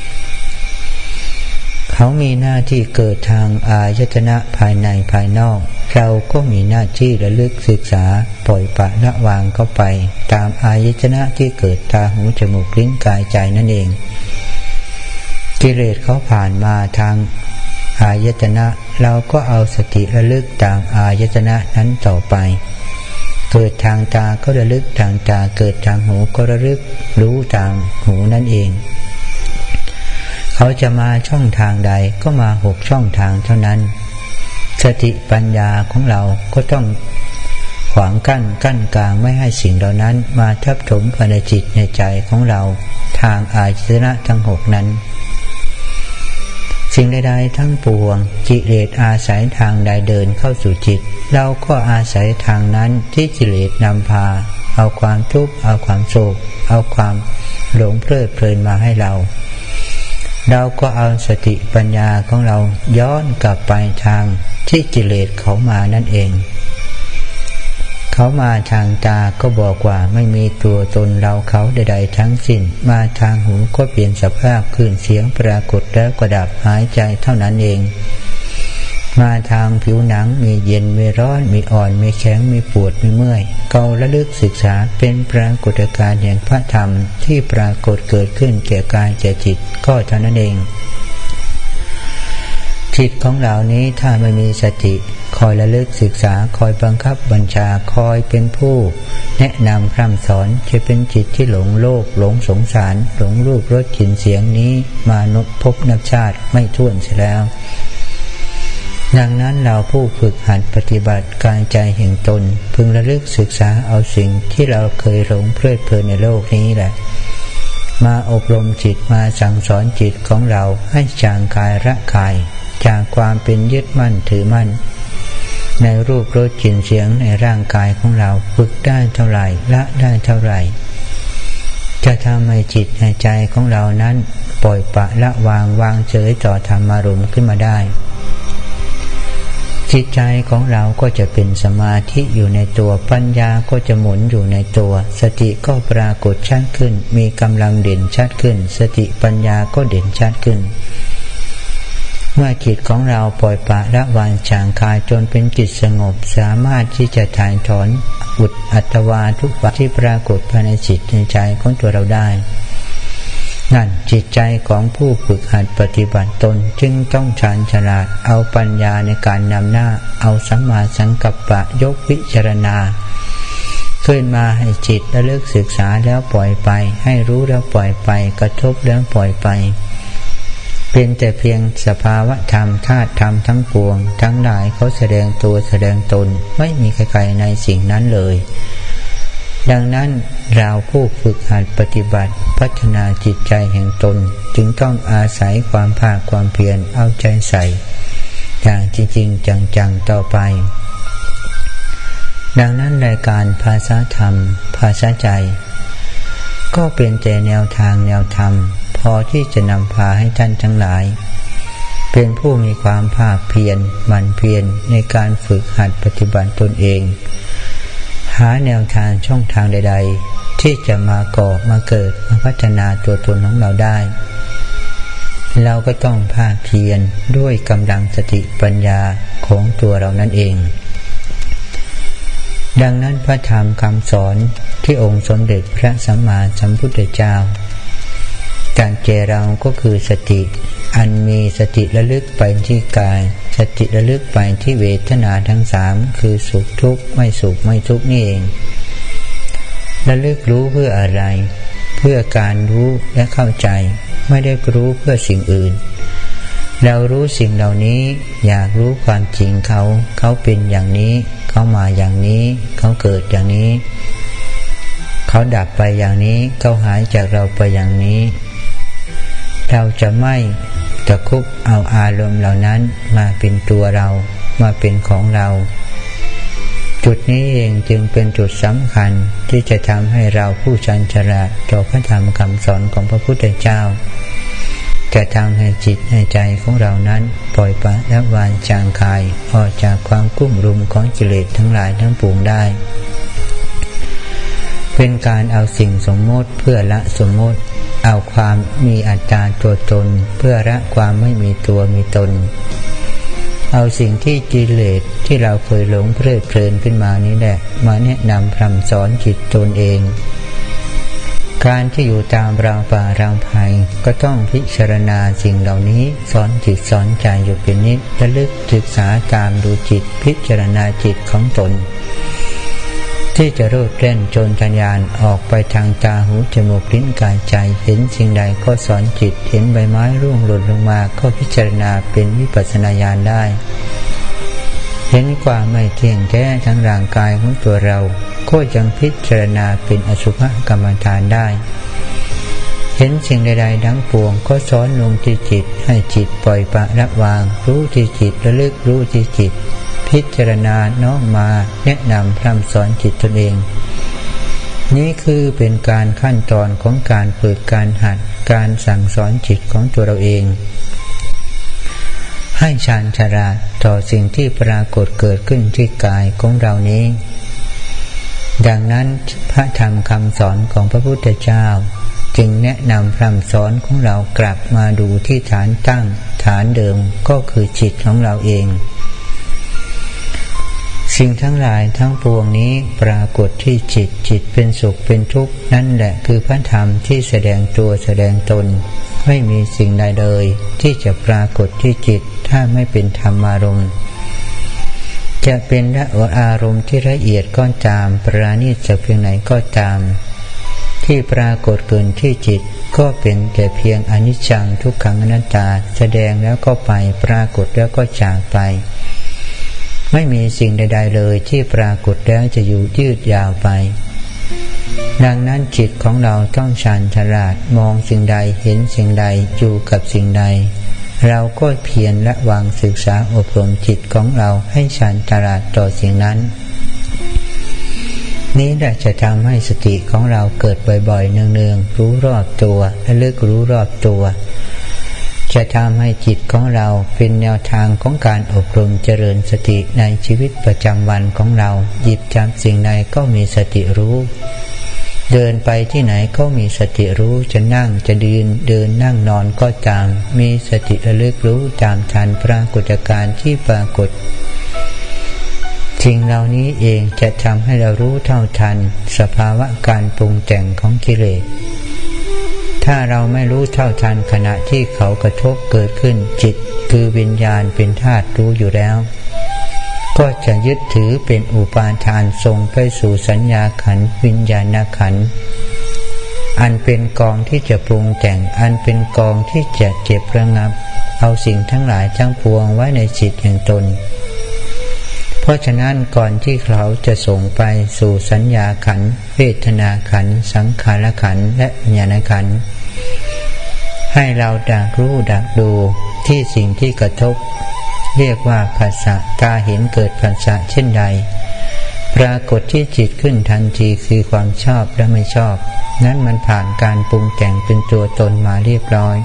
เขามีหน้าที่เกิดทางอายตนะภายในภายนอกเราก็มีหน้าที่ระลึกศึกษาปล่อยปะละวางเข้าไปตามอายตนะที่เกิดตาหูจมูกลิ้นกายใจนั่นเองกิเลสเขาผ่านมาทางอายตนะเราก็เอาสติระลึกตามอายตนะนั้นต่อไปเกิดทางตาก็ระลึกทางตาเกิดทางหูก็ระลึกรู้ทางหูนั่นเองเขเขาจะมาช่องทางใดก็มา6ช่องทางเท่านั้นสติปัญญาของเราก็ต้องขวางกั้นกลางไม่ให้สิ่งเหล่านั้นมาทับถมภายในจิตในใจของเราทางอายตนะทั้ง6นั้นสิ่งใดๆทั้งปวงกิเลสอาศัยทางใดเดินเข้าสู่จิตเราก็อาศัยทางนั้นที่กิเลสนำพาเอาความทุกข์เอาความโศกเอาความหลงเพลิดเพลินมาให้เราก็เอาสติปัญญาของเราย้อนกลับไปทางที่กิเลสเขามานั่นเองเขามาทางตาก็บอกว่าไม่มีตัวตนเราเขาใดๆทั้งสิ้นมาทางหูก็เปลี่ยนสภาพคลื่นเสียงปรากฏแล้วก็ดับหายใจเท่านั้นเองมาทางผิวหนังมีเย็นมีร้อนมีอ่อนมีแข็งมีปวดมีเมื่อยเราระลึกศึกษาเป็นปรากฏการณ์แห่งพระธรรมที่ปรากฏเกิดขึ้นแก่กายแก่จิตก็เท่านั้นเองจิตของเรานี้ถ้าไม่มีสติคอยระลึกศึกษาคอยบังคับบัญชาคอยเป็นผู้แนะนำพร่ำสอนจะเป็นจิตที่หลงโลกหลงสงสารหลงรูปรสกลิ่นเสียงนี้มานับพบนับชาติไม่ถ้วนเสียแล้วดังนั้นเราผู้ฝึกหัดปฏิบัติกายใจแห่งตนพึงระลึกศึกษาเอาสิ่งที่เราเคยหลงเพลิดเพลินในโลกนี้แหละมาอบรมจิตมาสั่งสอนจิตของเราให้จางกายละกายจากความเป็นยึดมั่นถือมั่นในรูปรสกลิ่นเสียงในร่างกายของเราฝึกได้เท่าไหร่ละได้เท่าไหร่จะทำให้จิตในใจของเรานั้นปล่อยปะละวางเฉยต่อธรรมารมณ์ขึ้นมาได้จิตใจของเราก็จะเป็นสมาธิอยู่ในตัวปัญญาก็จะหมุนอยู่ในตัวสติก็ปรากฏชัดขึ้นมีกำลังเด่นชัดขึ้นสติปัญญาก็เด่นชัดขึ้นเมื่อจิตของเราปล่อยปละละวางจางคายจนเป็นจิตสงบสามารถที่จะถ่ายถอนอัตวาทุกข์ที่ปรากฏภายในจิตในใจของตัวเราได้นั่นจิตใจของผู้ฝึกหัดปฏิบัติตนจึงต้องชาญฉลาดเอาปัญญาในการนำหน้าเอาสัมมาสังกัปปะยกพิจารณาขึ้นมาให้จิตระลึกศึกษาแล้วปล่อยไปให้รู้แล้วปล่อยไปกระทบแล้วปล่อยไปเป็นแต่เพียงสภาวะธรรมธาตุธรรมทั้งปวงทั้งหลายเขาแสดงตัวแสดงตนไม่มีใครๆในสิ่งนั้นเลยดังนั้นเราผู้ฝึกหัดปฏิบัติพัฒนาจิตใจแห่งตนจึงต้องอาศัยความภาคความเพียรเอาใจใส่อย่างจริงๆจังๆต่อไปดังนั้นรายการภาษาธรรมภาษาใจก็เป็นแต่แนวทางแนวธรรมพอที่จะนำพาให้ท่านทั้งหลายเป็นผู้มีความภาคเพียรหมั่นเพียรในการฝึกหัดปฏิบัติตนเองหาแนวทางช่องทางใดๆที่จะมาก่อมาเกิดมาพัฒนาตัวตนของเราได้เราก็ต้องภาคเพียรด้วยกำลังสติปัญญาของตัวเรานั่นเองดังนั้นพระธรรมคำสอนที่องค์สมเด็จพระสัมมาสัมพุทธเจ้าการเจเราก็คือสติอันมีสติระลึกไปที่กายสติระลึกไปที่เวทนาทั้ง3คือสุขทุกข์ไม่สุขไม่ทุกข์นี่เองระลึกรู้เพื่ออะไรเพื่อการรู้และเข้าใจไม่ได้รู้เพื่อสิ่งอื่นเรารู้สิ่งเหล่านี้อยากรู้ความจริงเขาเป็นอย่างนี้เขามาอย่างนี้เขาเกิดอย่างนี้เขาดับไปอย่างนี้เขาหายจากเราไปอย่างนี้เราจะไม่ตะคุบเอาอารมณ์เหล่านั้นมาเป็นตัวเรามาเป็นของเราจุดนี้เองจึงเป็นจุดสำคัญที่จะทำให้เราผู้ชันฉลาดต่อพระธรรมคำสอนของพระพุทธเจ้าจะทำให้จิตให้ใจของเรานั้นปล่อยปละละวางจางคายออกจากความกุ้มรุมของกิเลสทั้งหลายทั้งปวงได้เป็นการเอาสิ่งสมมติเพื่อละสมมติเอาความมีอัตตาตัวตนเพื่อละความไม่มีตัวมีตนเอาสิ่งที่กิเลสที่เราเคยหลงเพลิดเพลินขึ้นมานี้แหละมาแนะนำพร่ำสอนจิตตนเองการที่อยู่ตามราวป่าราวไผ่ก็ต้องพิจารณาสิ่งเหล่านี้สอนจิตสอนใจอยู่เป็นนิจระลึกศึกษาตามดูจิตพิจารณาจิตของตนทที่จะโลดเล่นจนทะยานออกไปทางตาหูจมูกลิ้นกายใจเห็นสิ่งใดก็สอนจิตเห็นใบไม้ร่วงหล่นลงมาก็พิจารณาเป็นวิปัสสนาญาณได้เห็นความไม่เที่ยงแท้ทั้งร่างกายของตัวเราก็ยังพิจารณาเป็นอสุภกรรมฐานได้เห็นสิ่งใดๆทั้งปวงก็สอนลงที่จิตให้จิตปล่อยปละวางรู้ที่จิตระลึกรู้ที่จิตพิจารณาน้อมมาแนะนำพร่ำสอนจิตตนเองนี้คือเป็นการขั้นตอนของการฝึกการหัดการสั่งสอนจิตของตัวเราเองให้ชาญฉลาดต่อสิ่งที่ปรากฏเกิดขึ้นที่กายของเรานี้ดังนั้นพระธรรมคำสอนของพระพุทธเจ้าจึงแนะนำพร่ำสอนของเรากลับมาดูที่ฐานตั้งฐานเดิมก็คือจิตของเราเองสิ่งทั้งหลายทั้งปวงนี้ปรากฏที่จิตจิตเป็นสุขเป็นทุกข์นั่นแหละคือพระธรรมที่แสดงตัวแสดงตนไม่มีสิ่งใดเลยที่จะปรากฏที่จิตถ้าไม่เป็นธรรมารมณ์จะเป็นอารมณ์ที่ละเอียดก็ตามปราณีตสักเพียงไหนก็ตามที่ปรากฏเกินที่จิตก็เป็นแต่เพียงอนิจจังทุกขังอนัตตาแสดงแล้วก็ไปปรากฏแล้วก็จากไปไม่มีสิ่งใดๆเลยที่ปรากฏแล้วจะอยู่ยืดยาวไปดังนั้นจิตของเราต้องชาญฉลาดมองสิ่งใดเห็นสิ่งใดอยู่กับสิ่งใดเราก็เพียรระวังศึกษาอบรมจิตของเราให้ชาญฉลาดต่อสิ่งนั้นนี้แหละจะทำให้สติของเราเกิดบ่อยๆเนืองๆรู้รอบตัวและลึกรู้รอบตัวจะทำให้จิตของเราเป็นแนวทางของการอบรมเจริญสติในชีวิตประจำวันของเราหยิบจับสิ่งใดก็มีสติรู้เดินไปที่ไหนก็มีสติรู้จะนั่งจะเดินนั่งนอนก็ตามมีสติระลึกรู้ตามทันปรากฏการณ์ที่ปรากฏสิ่งเหล่านี้เองจะทำให้เรารู้เท่าทันสภาวะการปรุงแต่งของกิเลสถ้าเราไม่รู้เท่าทันขณะที่เขากระทบเกิดขึ้นจิตคือวิญญาณเป็นธาตุรู้อยู่แล้วก็จะยึดถือเป็นอุปาทานส่งไปสู่สัญญาขันธ์วิญญาณขันธ์อันเป็นกองที่จะปรุงแต่งอันเป็นกองที่จะเก็บระงับเอาสิ่งทั้งหลายทั้งปวงไว้ในจิตแห่งตนเพราะฉะนั้นก่อนที่เขาจะส่งไปสู่สัญญาขันธ์เวทนาขันธ์สังขารขันธ์และวิญญาณขันธ์ให้เราดักรู้ดักดูที่สิ่งที่กระทบเรียกว่าผัสสะตาเห็นเกิดผัสสะเช่นใดปรากฏที่จิตขึ้นทันทีคือความชอบและไม่ชอบนั้นมันผ่านการปรุงแต่งเป็นตัวตนมาเรียบร้อย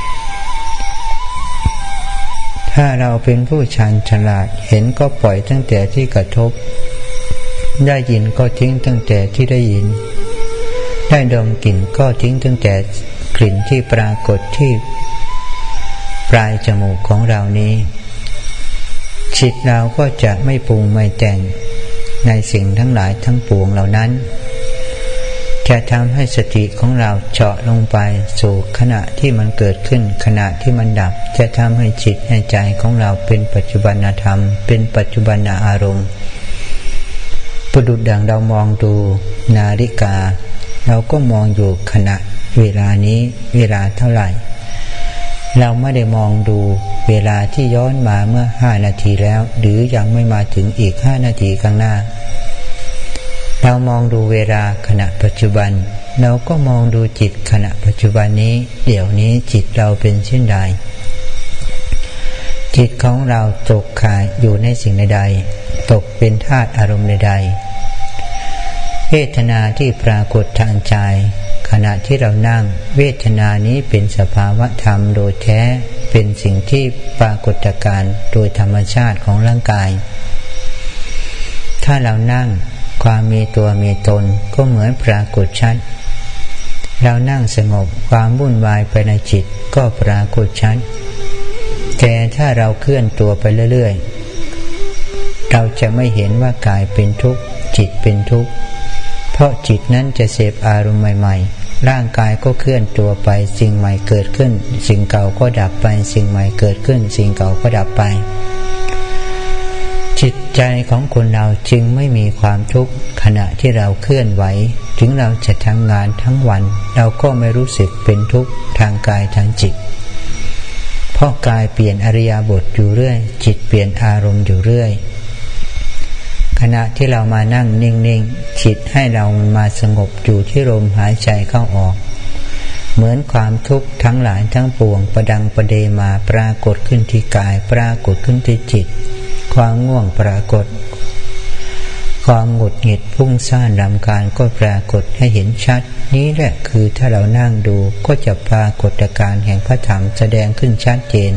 ถ้าเราเป็นผู้ชาญฉลาดเห็นก็ปล่อยตั้งแต่ที่กระทบได้ยินก็ทิ้งตั้งแต่ที่ได้ยินได้ดมกลิ่นก็ทิ้งตั้งแต่กลิ่นที่ปรากฏที่ปลายจมูกของเรานี้จิตเราก็จะไม่ปรุงไม่แต่งในสิ่งทั้งหลายทั้งปวงเหล่านั้นจะทำให้สติของเราเจาะลงไปสู่ขณะที่มันเกิดขึ้นขณะที่มันดับจะทำให้จิตให้ใจของเราเป็นปัจจุบันธรรมเป็นปัจจุบันอารมณ์ประดุจดังเรามองดูนาฬิกาเราก็มองอยู่ขณะเวลานี้เวลาเท่าไหร่เราไม่ได้มองดูเวลาที่ย้อนมาเมื่อ5 นาทีแล้วหรือยังไม่มาถึงอีก5 นาทีข้างหน้าเรามองดูเวลาขณะปัจจุบันเราก็มองดูจิตขณะปัจจุบันนี้เดี๋ยวนี้จิตเราเป็นเช่นใดจิตของเราตกข่ายอยู่ในสิ่งใดตกเป็นธาตุอารมณ์ใดเวทนาที่ปรากฏทางใจขณะที่เรานั่งเวทนานี้เป็นสภาวะธรรมโดยแท้เป็นสิ่งที่ปรากฏการณ์โดยธรรมชาติของร่างกายถ้าเรานั่งความมีตัวมีตนก็เหมือนปรากฏชัดเรานั่งสงบความวุ่นวายไปในจิตก็ปรากฏชัดแต่ถ้าเราเคลื่อนตัวไปเรื่อยๆเราจะไม่เห็นว่ากายเป็นทุกข์จิตเป็นทุกข์เพราะจิตนั้นจะเสพอารมณ์ใหม่ๆร่างกายก็เคลื่อนตัวไปสิ่งใหม่เกิดขึ้นสิ่งจ เก่าก็ดับไปสิ่งใหม่เกิดขึ้นสิ่งเก่าก็ดับไปจจิตใจของคนเราจึงไม่มีความทุกข์ขณะที่เราเคลื่อนไหวถึงเราจะทำงานทั้งวันเราก็ไม่รู้สึกเป็นทุกข์ทางกายทางจิตเพราะกายเปลี่ยนอิริยาบถอยู่เรื่อยจิตเปลี่ยนอารมณ์อยู่เรื่อยขณะที่เรามานั่งนิ่งๆจิตให้เรามาสงบอยู่ที่ลมหายใจเข้าออกเหมือนความทุกข์ทั้งหลายทั้งปวงประดังประเดมาปรากฏขึ้นที่กายปรากฏขึ้นที่จิตความง่วงปรากฏความหงุดหงิดพุ่งซ่านรำคาญก็ปรากฏให้เห็นชัดนี้แหละคือถ้าเรานั่งดูก็จะปรากฏการณ์แห่งพระธรรมแสดงขึ้นชัดเจน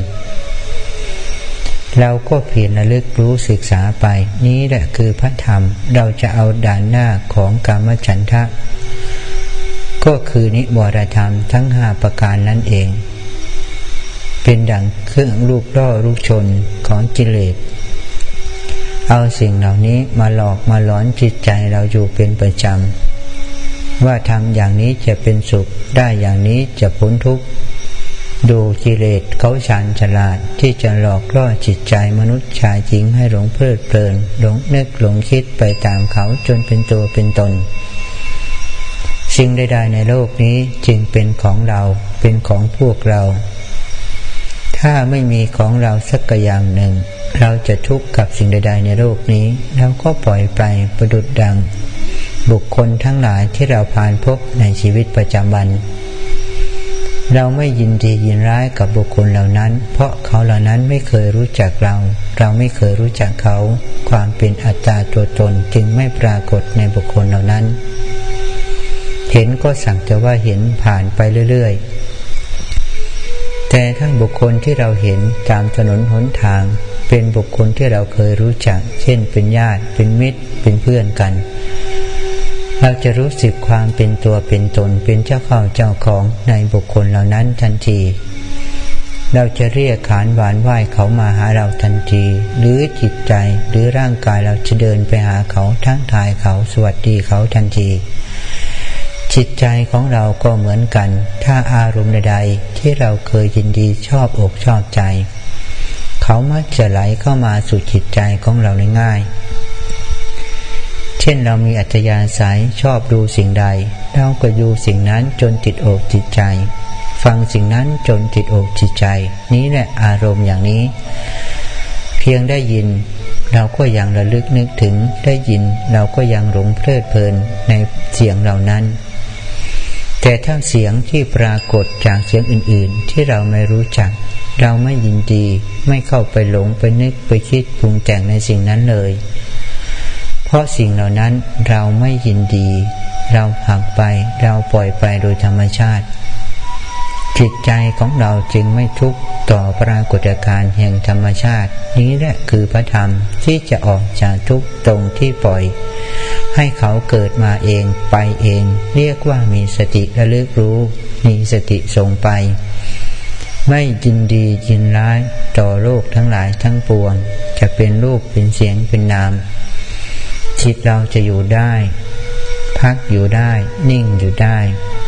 เราก็เพียรระลึกรู้ศึกษาไปนี้แหละคือพระธรรมเราจะเอาด่านหน้าของกามฉันทะก็คือนิวรธรรมทั้ง5ประการนั่นเองเป็นดั่งเครื่องลูกล่อลูกชนของกิเลสเอาสิ่งเหล่านี้มาหลอกมาหลอนจิตใจเราอยู่เป็นประจำว่าทำอย่างนี้จะเป็นสุขได้อย่างนี้จะพ้นทุกข์ดูกิเลสเขาชาญฉลาดที่จะหลอกล่อจิตใจมนุษย์ชายหญิงให้หลงเพลิดเพลินหลงนึกหลงคิดไปตามเขาจนเป็นตัวเป็นตนสิ่งใดๆในโลกนี้จึงเป็นของเราเป็นของพวกเราถ้าไม่มีของเราสักอย่างหนึ่งเราจะทุกข์กับสิ่งใดๆในโลกนี้เราก็ปล่อยไปประดุจดังบุคคลทั้งหลายที่เราผ่านพบในชีวิตประจำวันเราไม่ยินดียินร้ายกับบุคคลเหล่านั้นเพราะเขาเหล่านั้นไม่เคยรู้จักเราเราไม่เคยรู้จักเขาความเป็นอัตตาตัวตนจึงไม่ปรากฏในบุคคลเหล่านั้นเห็นก็สักแต่ว่าเห็นผ่านไปเรื่อยๆแต่ถ้าบุคคลที่เราเห็นตามถนนหนทางเป็นบุคคลที่เราเคยรู้จักเช่นเป็นญาติเป็นมิตรเป็นเพื่อนกันเราจะรู้สึกความเป็นตัวเป็นตนเป็นเจ้าเข้าเจ้าของในบุคคลเหล่านั้นทันทีเราจะเรียกขานหวานไหว้เขามาหาเราทันทีหรือจิตใจหรือร่างกายเราจะเดินไปหาเขาทักทายเขาสวัสดีเขาทันทีจิตใจของเราก็เหมือนกันถ้าอารมณ์ใดๆที่เราเคยยินดีชอบอกชอบใจเขามักจะไหลเข้ามาสู่จิตใจของเราง่ายเช่นเรามีอัธยาศัยชอบดูสิ่งใดเราก็ดูสิ่งนั้นจนติดอกติดใจฟังสิ่งนั้นจนติดอกติดใจนี้แหละอารมณ์อย่างนี้เพียงได้ยินเราก็ยังระลึกนึกถึงได้ยินเราก็ยังหลงเพลิดเพลินในเสียงเหล่านั้นแต่ถ้าเสียงที่ปรากฏจากเสียงอื่นๆที่เราไม่รู้จักเราไม่ยินดีไม่เข้าไปหลงไปนึกไปคิดปรุงแต่งในสิ่งนั้นเลยเพราะสิ่งเหล่านั้นเราไม่ยินดีเราผลักไปเราปล่อยไปโดยธรรมชาติจิตใจของเราจึงไม่ทุกข์ต่อปรากฏการณ์แห่งธรรมชาตินี้แหละคือพระธรรมที่จะออกจากทุกข์ตรงที่ปล่อยให้เขาเกิดมาเองไปเองเรียกว่ามีสติระลึกรู้มีสติทรงไปไม่ยินดียินร้ายต่อโลกทั้งหลายทั้งปวงจะเป็นรูปเป็นเสียงเป็นนามจิตเราจะอยู่ได้พักอยู่ได้นิ่งอยู่ได้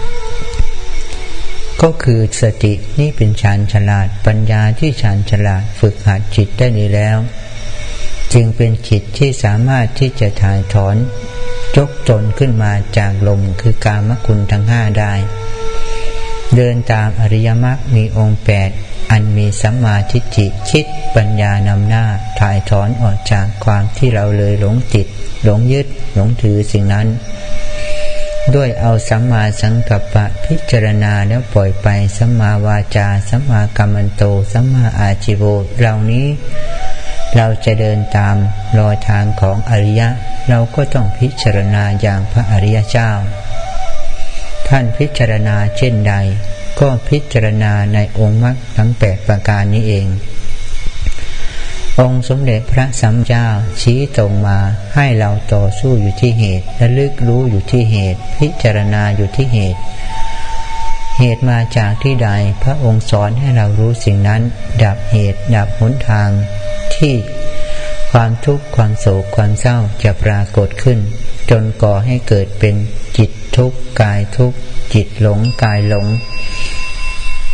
ก็คือสตินี่เป็นฌานฉลาดปัญญาที่ฌานฉลาดฝึกหัดจิตได้ดีแล้วจึงเป็นจิตที่สามารถที่จะถ่ายถอนยกตนขึ้นมาจากลมคือกามคุณทั้ง5ได้เดินตามอริยมรรคมีองค์8อันมีสัมมาทิฏฐิคิดปัญญานำหน้าถ่ายถอนออกจากความที่เราเลยหลงติดหลงยึดหลงถือสิ่งนั้นด้วยเอาสัมมาสังกัปปะพิจารณาแล้วปล่อยไปสัมมาวาจาสัมมากัมมันโตสัมมาอาชีโวเหล่านี้เราจะเดินตามรอยทางของอริยะเราก็ต้องพิจารณาอย่างพระอริยเจ้าท่านพิจารณาเช่นใดก็พิจารณาในองค์มรรคทั้ง8ประการนี้เององค์สมเด็จพระสัมมาสัมพุทธเจ้าชี้ตรงมาให้เราต่อสู้อยู่ที่เหตุระลึกรู้อยู่ที่เหตุพิจารณาอยู่ที่เหตุมาจากที่ใดพระองค์สอนให้เรารู้สิ่งนั้นดับเหตุดับหนทางที่ความทุกข์ความโศกความเศร้าจะปรากฏขึ้นจนก่อให้เกิดเป็นจิตทุกข์กายทุกข์จิตหลงกายหลง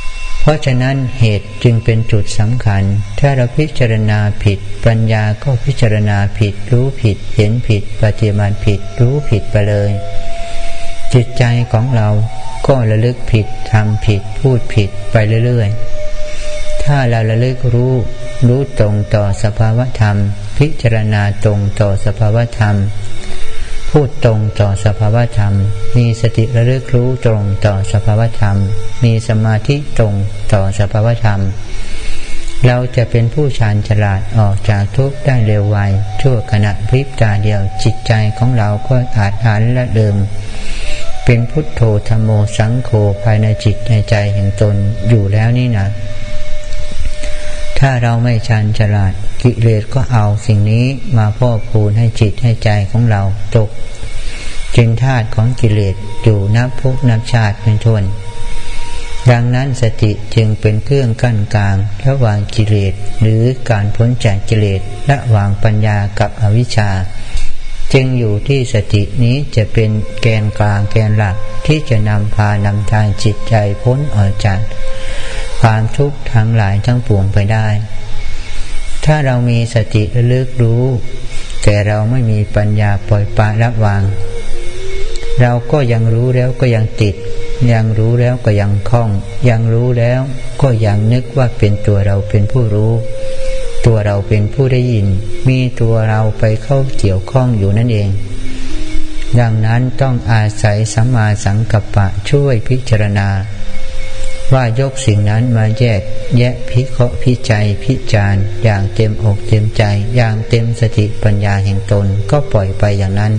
เพราะฉะนั้นเหตุจึงเป็นจุดสำคัญถ้าเราพิจารณาผิดปัญญาก็พิจารณาผิดรู้ผิดเห็นผิดปฏิบัติผิดรู้ผิดไปเลยจิตใจของเราก็ระลึกผิดทำผิดพูดผิดไปเรื่อยๆถ้าเราระลึกรู้ตรงต่อสภาวธรรมพิจารณาตรงต่อสภาวธรรมพูดตรงต่อสภาวธรรมมีสติระลึกรู้ตรงต่อสภาวธรรมมีสมาธิตรงต่อสภาวธรรมเราจะเป็นผู้ชาญฉลาดออกจากทุกข์ได้เร็วไวชั่วขณะพริบตาเดียวจิตใจของเราก็อาจหันและเดิมเป็นพุทโธธัมโมสังโฆภายในจิตในใจแห่งตนอยู่แล้วนี่นะถ้าเราไม่ชาญฉลาดกิเลสก็เอาสิ่งนี้มาพอกพูนให้จิตให้ใจของเราตกเป็นทาสของกิเลสอยู่นับภพนับชาติเป็นต้นดังนั้นสติจึงเป็นเครื่องกั้นกลางระหว่างกิเลสหรือการพ้นจากกิเลสระหว่างปัญญากับอวิชชาจึงอยู่ที่สตินี้จะเป็นแกนกลางแกนหลักที่จะนำทางจิตใจพ้นออกจากความทุกข์ทั้งหลายทั้งปวงไปได้ถ้าเรามีสติระลึกรู้แต่เราไม่มีปัญญาปล่อยปละละวางเราก็ยังรู้แล้วก็ยังติดยังรู้แล้วก็ยังคล้องยังรู้แล้วก็ยังนึกว่าเป็นตัวเราเป็นผู้รู้ตัวเราเป็นผู้ได้ยินมีตัวเราไปเข้าเกี่ยวข้องอยู่นั่นเองดังนั้นต้องอาศัยสัมมาสังกัปปะช่วยพิจารณาว่ายกสิ่งนั้นมาแยกแยะพิเคราะห์พิจัยพิจารณ์อย่างเต็มอกเต็มใจอย่างเต็มสติปัญญาแห่งตนก็ปล่อยไปอย่างนั้น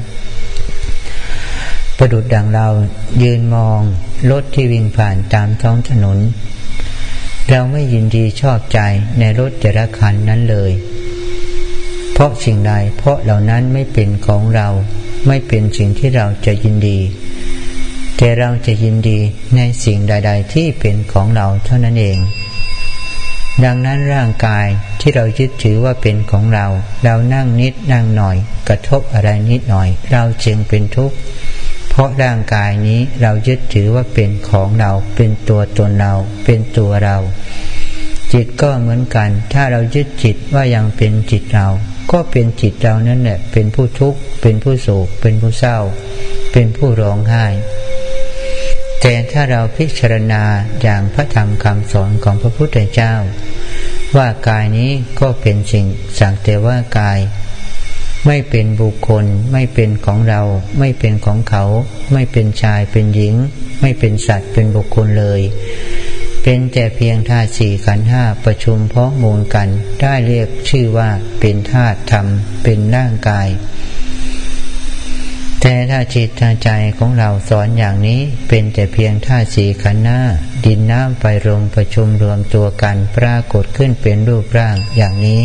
ประดุจดังเรายืนมองรถที่วิ่งผ่านตามท้องถนนเราไม่ยินดีชอบใจในรถแต่ละคันนั้นเลยเพราะสิ่งใดเพราะเหล่านั้นไม่เป็นของเราไม่เป็นสิ่งที่เราจะยินดีแต่เราจะยินดีในสิ่งใดๆที่เป็นของเราเท่านั้นเองดังนั้นร่างกายที่เรายึดถือว่าเป็นของเรานั่งนิดนั่งหน่อยกระทบอะไรนิดหน่อยเราจึงเป็นทุกข์เพราะร่างกายนี้เรายึดถือว่าเป็นของเราเป็นตัวตนเราเป็นตัวเราจิตก็เหมือนกันถ้าเรายึดจิตว่ายังเป็นจิตเราก็เป็นจิตเรานั่นแหละเป็นผู้ทุกข์เป็นผู้โศกเป็นผู้เศร้าเป็นผู้ร้องไห้แต่ถ้าเราพิจารณาอย่างพระธรรมคำสอนของพระพุทธเจ้าว่ากายนี้ก็เป็นสิ่งสักแต่ว่ากายไม่เป็นบุคคลไม่เป็นของเราไม่เป็นของเขาไม่เป็นชายเป็นหญิงไม่เป็นสัตว์เป็นบุคคลเลยเป็นแต่เพียงธาตุสี่ขันธ์ห้าประชุมเพาะมูลกันได้เรียกชื่อว่าเป็นธาตุธรรมเป็นร่างกายแต่ถ้าจิตใจของเราสอนอย่างนี้เป็นแต่เพียงธาตุสี่ขันธ์ห้าดินน้ำไฟลมประชุมรวมตัวกันปรากฏขึ้นเป็นรูปร่างอย่างนี้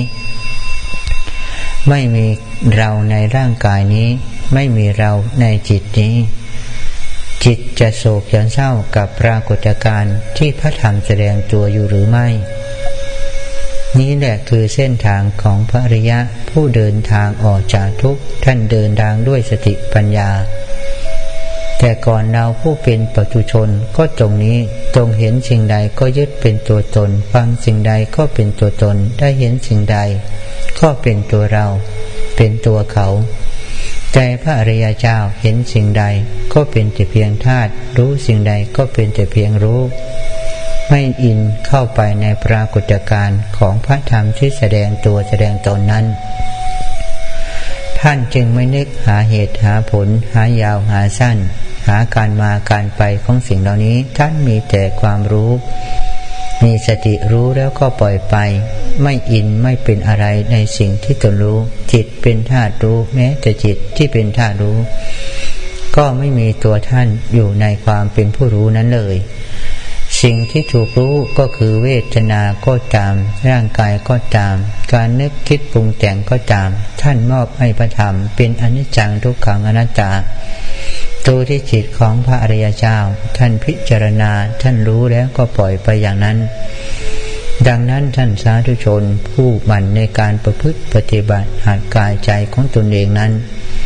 ไม่มีเราในร่างกายนี้ไม่มีเราในจิตนี้จิตจะโศกเศร้ากับปรากฏการณ์ที่พระธรรมแสดงตัวอยู่หรือไม่นี้แหละคือเส้นทางของพระอริยะผู้เดินทางออกจากทุกข์ท่านเดินทางด้วยสติปัญญาแต่ก่อนเราผู้เป็นปัจจุชนก็ตรงนี้ตรงเห็นสิ่งใดก็ยึดเป็นตัวตนฟังสิ่งใดก็เป็นตัวตนได้เห็นสิ่งใดก็เป็นตัวเราเป็นตัวเขาแต่พระอริยเจ้าเห็นสิ่งใดก็เป็นแต่เพียงธาตุรู้สิ่งใดก็เป็นแต่เพียงรู้ไม่อินเข้าไปในปรากฏการณ์ของพระธรรมที่แสดงตัวแสดงตนนั้นท่านจึงไม่นึกหาเหตุหาผลหายาวหาสั้นหาการมาการไปของสิ่งเหล่านี้ท่านมีแต่ความรู้มีสติรู้แล้วก็ปล่อยไปไม่อินไม่เป็นอะไรในสิ่งที่ตนรู้จิตเป็นธาตุรู้แม้แต่จิตที่เป็นธาตุรู้ก็ไม่มีตัวท่านอยู่ในความเป็นผู้รู้นั้นเลยสิ่งที่ถูกรู้ก็คือเวทนาก็ตามร่างกายก็ตามการนึกคิดปรุงแต่งก็ตามท่านมอบให้พระธรรมเป็นอนิจจังทุกขังอนัตตาตัวที่จิตของพระอริยเจ้าท่านพิจารณาท่านรู้แล้วก็ปล่อยไปอย่างนั้นดังนั้นท่านสาธุชนผู้หมั่นในการประพฤติปฏิบัติหัดกายใจของตนเองนั้น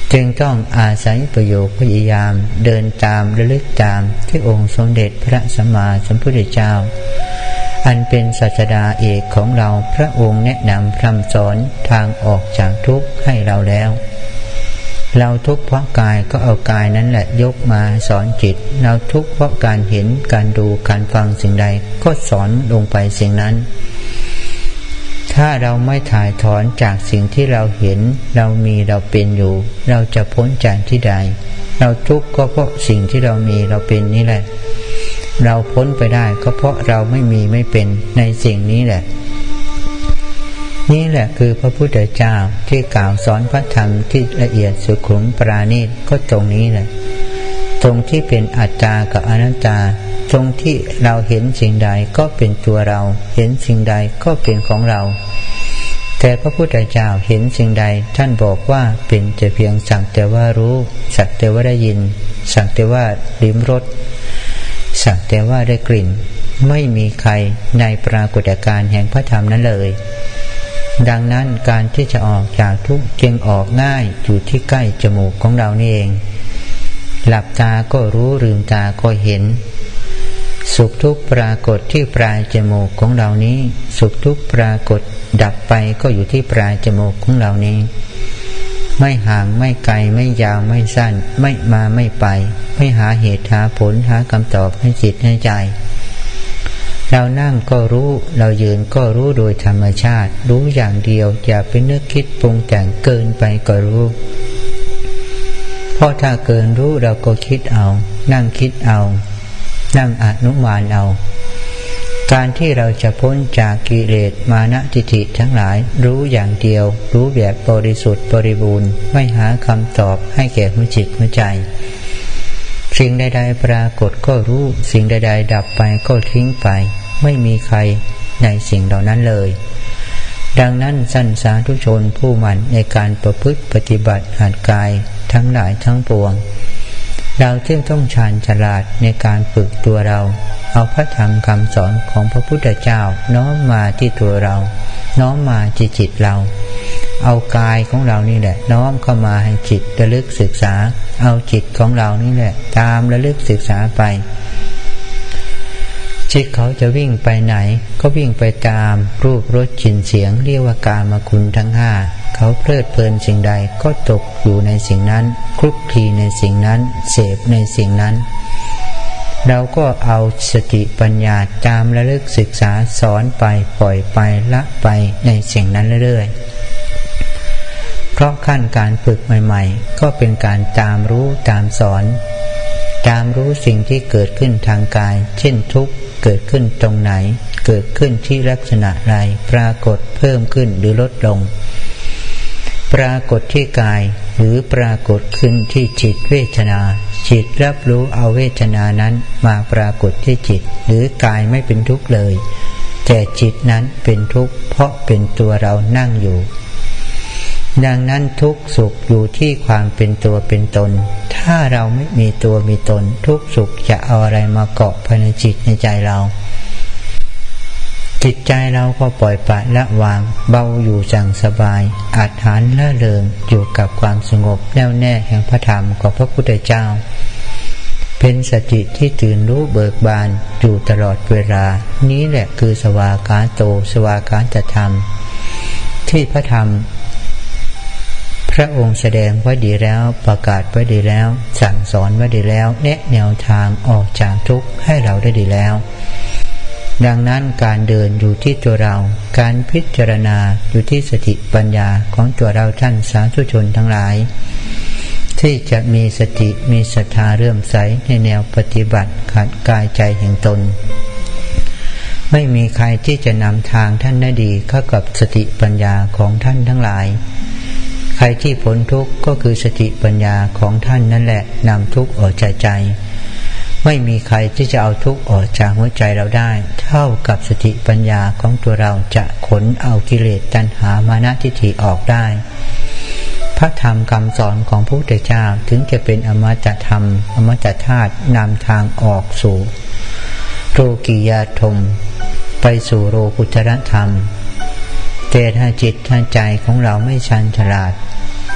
จึงต้องอาศัยประโยชน์พยายามเดินตามระลึกตามที่องค์สมเด็จพระสัมมาสัมพุทธเจ้าอันเป็นศาสดาเอกของเราพระองค์แนะนำพร่ำสอนทางออกจากทุกข์ให้เราแล้วเราทุกข์เพราะกายก็เอากายนั้นแหละยกมาสอนจิตเราทุกข์เพราะการเห็นการดูการฟังสิ่งใดก็สอนลงไปสิ่งนั้นถ้าเราไม่ถ่ายถอนจากสิ่งที่เราเห็นเรามีเราเป็นอยู่เราจะพ้นจากที่ใดเราทุกข์ก็เพราะสิ่งที่เรามีเราเป็นนี่แหละเราพ้นไปได้ก็เพราะเราไม่มีไม่เป็นในสิ่งนี้แหละนี่แหละคือพระพุทธเจ้าที่กล่าวสอนพระธรรมที่ละเอียดสุขุมปราณีตก็ตรงนี้แหละตรงที่เป็นอัตตากับอนัตตาตรงที่เราเห็นสิ่งใดก็เป็นตัวเราเห็นสิ่งใดก็เป็นของเราแต่พระพุทธเจ้าเห็นสิ่งใดท่านบอกว่าเป็นแต่เพียงสักแต่ว่ารู้สักแต่ว่าได้ยินสักแต่ว่าลิ้มรสสักแต่ว่าได้กลิ่นไม่มีใครในปรากฏการณ์แห่งพระธรรมนั้นเลยดังนั้นการที่จะออกจากทุกข์จึงออกง่ายอยู่ที่ใกล้จมูกของเรานี่เองหลับตาก็รู้ลืมตาก็เห็นสุขทุกข์ปรากฏที่ปลายจมูกของเรานี้สุขทุกข์ปรากฏดับไปก็อยู่ที่ปลายจมูกของเรานี้ไม่ห่างไม่ไกลไม่ยาวไม่สั้นไม่มาไม่ไปไม่หาเหตุหาผลหาคำตอบให้จิตให้ใจเรานั่งก็รู้เรายืนก็รู้โดยธรรมชาติรู้อย่างเดียวอย่าไปนึกคิดปรุงแต่งเกินไปก็รู้เพราะถ้าเกินรู้เราก็คิดเอานั่งคิดเอานั่งอนุมานเอาการที่เราจะพ้นจากกิเลสมานะทิฏฐิทั้งหลายรู้อย่างเดียวรู้แบบบริสุทธิ์บริบูรณ์ไม่หาคำตอบให้แก่หัวจิตหัวใจสิ่งใดๆปรากฏก็รู้สิ่งใดๆดับไปก็ทิ้งไปไม่มีใครในสิ่งเหล่านั้นเลยดังนั้นท่านสาธุชนผู้หมั่นในการประพฤติปฏิบัติหัดกายทั้งหลายทั้งปวงเราจึงต้องชาญฉลาดในการฝึกตัวเราเอาพระธรรมคำสอนของพระพุทธเจ้าน้อมมาที่ตัวเราน้อมมาที่จิตเราเอากายของเรานี่แหละน้อมเข้ามาให้จิตระลึกศึกษาเอาจิตของเรานี่แหละตามระลึกศึกษาไปจิตเขาจะวิ่งไปไหนก็วิ่งไปตามรูปรสกลิ่นเสียงเรียกว่ากามคุณทั้งห้าเขาเพลิดเพลินสิ่งใดก็ตกอยู่ในสิ่งนั้นคลุกคลีในสิ่งนั้นเสพในสิ่งนั้นเราก็เอาสติปัญญาตามระลึกศึกษาสอนไปปล่อยไปละไปในสิ่งนั้นเรื่อยๆเพราะขั้นการฝึกใหม่ๆก็เป็นการตามรู้ตามสอนตามรู้สิ่งที่เกิดขึ้นทางกายเช่นทุกข์เกิดขึ้นตรงไหนเกิดขึ้นที่ลักษณะใดปรากฏเพิ่มขึ้นหรือลดลงปรากฏที่กายหรือปรากฏขึ้นที่จิตเวทนาจิตรับรู้เอาเวทนานั้นมาปรากฏที่จิตหรือกายไม่เป็นทุกข์เลยแต่จิตนั้นเป็นทุกข์เพราะเป็นตัวเรานั่งอยู่ดังนั้นทุกข์สุขอยู่ที่ความเป็นตัวเป็นตนถ้าเราไม่มีตัวมีตนทุกข์สุขจะเอาอะไรมาเกาะภายในจิตในใจเราจิตใจเราก็ปล่อยปละละวางเบาอยู่จังสบายอาจหันละเริงอยู่กับความสงบแน่วแน่แห่งพระธรรมของพระพุทธเจ้าเป็นสติที่ตื่นรู้เบิกบานอยู่ตลอดเวลานี้แหละคือสวากาโตสวากาตธรรมที่พระธรรมพระองค์แสดงไว้ดีแล้วประกาศไว้ดีแล้วสั่งสอนไว้ดีแล้วแนะแนวทางออกจากทุกข์ให้เราได้ดีแล้วดังนั้นการเดินอยู่ที่ตัวเราการพิจารณาอยู่ที่สติปัญญาของตัวเราท่านสาธุชนทั้งหลายที่จะมีสติมีศรัทธาเลื่อมใสในแนวปฏิบัติขัดกายใจแห่งตนไม่มีใครที่จะนำทางท่านได้ดีเข้ากับสติปัญญาของท่านทั้งหลายใครที่พ้นทุกข์ก็คือสติปัญญาของท่านนั่นแหละนำทุกข์ออกจากใจไม่มีใครที่จะเอาทุกข์ออกจากหัวใจเราได้เท่ากับสติปัญญาของตัวเราจะขนเอากิเลสตัณหามานะทิฏฐิออกได้พระธรรมคำสอนของพระพุทธเจ้าถึงจะเป็นอมตะธรรมอมตะธาตุนำทางออกสู่โลกิยธรรมไปสู่โลกุตตรธรรมแต่ถ้าจิตถ้าใจของเราไม่ชันฉลาด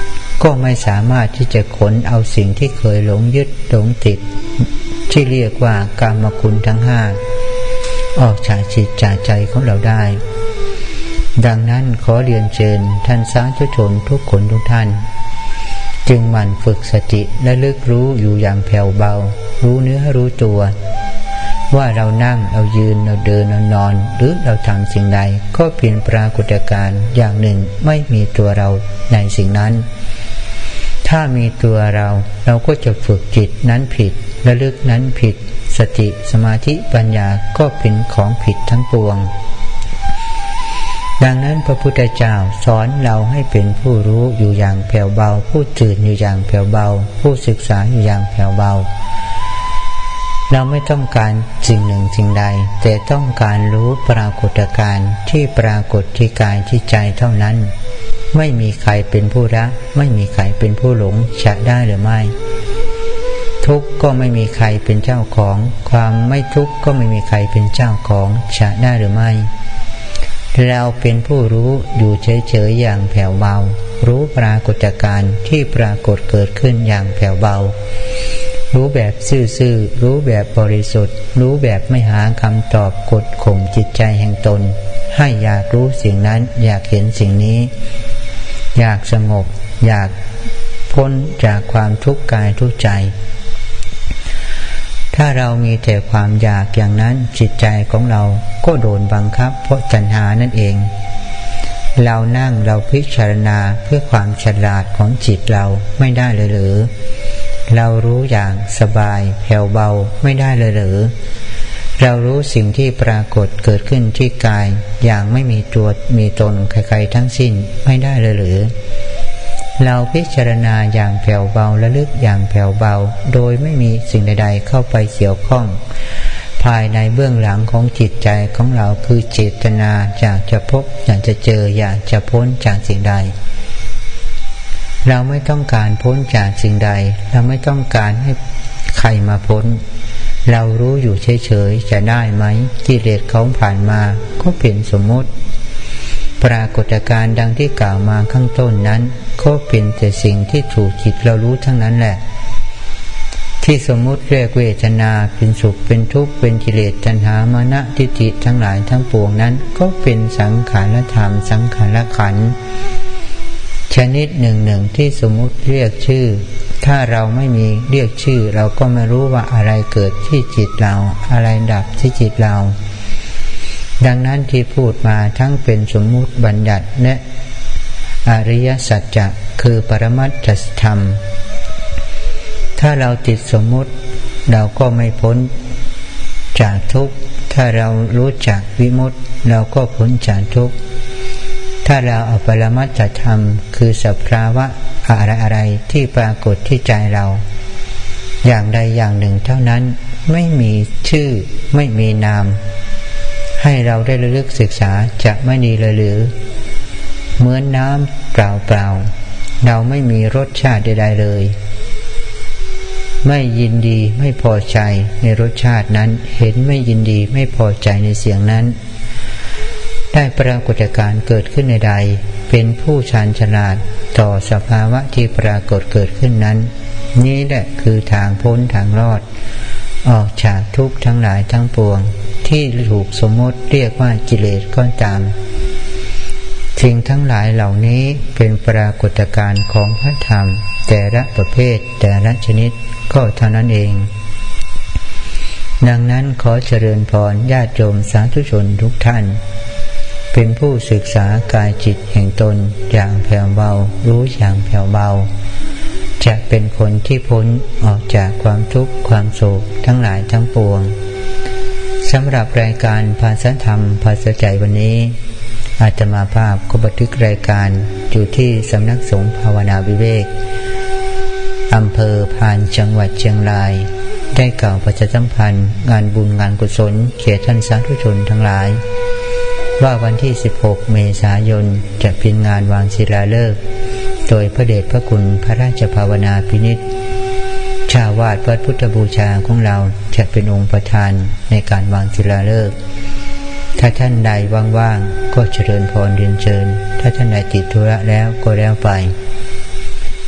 ก็ไม่สามารถที่จะขนเอาสิ่งที่เคยหลงยึดหลงติดที่เรียกว่ากามคุณทั้งห้าออกจากจิตจากใจของเราได้ดังนั้นขอเรียนเชิญท่านสาธุชนทุกคนทุกท่านจึงหมั่นฝึกสติและลึกรู้อยู่อย่างแผ่วเบารู้เนื้อรู้ตัวว่าเรานั่งเรายืนเราเดินเรานอนหรือเราทำสิ่งใดก็เป็นปรากฏการณ์อย่างหนึ่งไม่มีตัวเราในสิ่งนั้นถ้ามีตัวเราก็จะฝึกจิตนั้นผิดระลึกนั้นผิดสติสมาธิปัญญาก็เป็นของผิดทั้งปวงดังนั้นพระพุทธเจ้าสอนเราให้เป็นผู้รู้อยู่อย่างแผ่วเบาผู้ตื่นอยู่อย่างแผ่วเบาผู้ศึกษาอยู่อย่างแผ่วเบาเราไม่ต้องการสิ่งหนึ่งสิ่งใดแต่ต้องการรู้ปรากฏการณ์ที่ปรากฏที่กายที่ใจเท่านั้นไม่มีใครเป็นผู้รักไม่มีใครเป็นผู้หลงจะได้หรือไม่ทุกข์ก็ไม่มีใครเป็นเจ้าของความไม่ทุกข์ก็ไม่มีใครเป็นเจ้าของจะได้หรือไม่เราเป็นผู้รู้อยู่เฉยๆอย่างแผ่วเบารู้ปรากฏการณ์ที่ปรากฏเกิดขึ้นอย่างแผ่วเบารู้แบบซื่อๆรู้แบบบริสุทธิ์รู้แบบไม่หาคำตอบกดข่มจิตใจแห่งตนให้อยากรู้สิ่งนั้นอยากเห็นสิ่งนี้อยากสงบอยากพ้นจากความทุกข์กายทุกข์ใจถ้าเรามีแต่ความอยากอย่างนั้นจิตใจของเราก็โดนบังคับเพราะตัณหานั่นเองเรานั่งเราพิจารณาเพื่อความฉลาดของจิตเราไม่ได้เลยหรือเรารู้อย่างสบายแผ่วเบาไม่ได้เลยหรือเรารู้สิ่งที่ปรากฏเกิดขึ้นที่กายอย่างไม่มีตัวมีตนใครๆทั้งสิ้นไม่ได้เลยหรือเราพิจารณาอย่างแผ่วเบาระลึกอย่างแผ่วเบาโดยไม่มีสิ่งใดๆเข้าไปเกี่ยวข้องภายในเบื้องหลังของจิตใจของเราคือเจตนาอยากจะพบอยากจะเจออยากจะพ้นจากสิ่งใดเราไม่ต้องการพ้นจากสิ่งใดเราไม่ต้องการให้ใครมาพ้นเรารู้อยู่เฉยๆจะได้ไหมกิเลสเขาผ่านมาก็เป็นสมมติปรากฏการณ์ดังที่กล่าวมาข้างต้นนั้นก็เป็นแต่สิ่งที่ถูกจิตเรารู้ทั้งนั้นแหละที่สมมุติเรียกเวทนาเป็นสุขเป็นทุกข์เป็นกิเลสตัณหามานะทิฏฐิทั้งหลายทั้งปวงนั้นก็เป็นสังขารธรรมสังขารขันธ์ชนิดหนึ่งที่สมมุติเรียกชื่อถ้าเราไม่มีเรียกชื่อเราก็ไม่รู้ว่าอะไรเกิดที่จิตเราอะไรดับที่จิตเราดังนั้นที่พูดมาทั้งเป็นสมมุติบัญญัติและอริยสัจจะคือปรมัตถธรรมถ้าเราติดสมมุติเราก็ไม่พ้นจากทุกข์ถ้าเรารู้จักวิมุตติเราก็พ้นจากทุกข์ถ้าเราเอาปรมัตถธรรมคือสภาวะอะไรๆที่ปรากฏที่ใจเราอย่างใดอย่างหนึ่งเท่านั้นไม่มีชื่อไม่มีนามให้เราได้ระลึกศึกษาจะไม่ดีเลยหรือเหมือนน้ำเปล่าๆเราไม่มีรสชาติใดๆเลยไม่ยินดีไม่พอใจในรสชาตินั้นเห็นไม่ยินดีไม่พอใจในเสียงนั้นได้ปรากฏการณ์เกิดขึ้นในใดเป็นผู้ชาญฉลาดต่อสภาวะที่ปรากฏเกิดขึ้นนั้นนี้แหละคือทางพ้นทางรอดออกจากทุกข์ทั้งหลายทั้งปวงที่ถูกสมมติเรียกว่ากิเลสก็ตามสิ่งทั้งหลายเหล่านี้เป็นปรากฏการณ์ของพระธรรมแต่ละประเภทแต่ละชนิดก็เท่านั้นเองดังนั้นขอเจริญพรญาติโยมสาธุชนทุกท่านเป็นผู้ศึกษากายจิตแห่งตนอย่างแผ่วเบารู้อย่างแผ่วเบาจะเป็นคนที่พ้นออกจากความทุกข์ความโศกทั้งหลายทั้งปวงสำหรับรายการภาษาธรรมภาษาใจวันนี้อาตมาภาพก็บันทึกรายการอยู่ที่สำนักสงฆ์ภาวนาวิเวกอำเภอพานจังหวัดเชียงรายได้กล่าวประชาสัมพันธ์งานบุญงานกุศลแก่ท่านสาธุชนทั้งหลายว่าวันที่16เมษายนจะเป็นงานวางศิลาฤกษ์โดยพระเดชพระคุณพระราชภาวนาพินิจชาวาดวัดพุทธบูชาของเราจะเป็นองค์ประธานในการวางศิลาฤกษ์ถ้าท่านใดว่างๆก็เจริญพรเรียนเชิญถ้าท่านใดติดธุระแล้วก็แล้วไป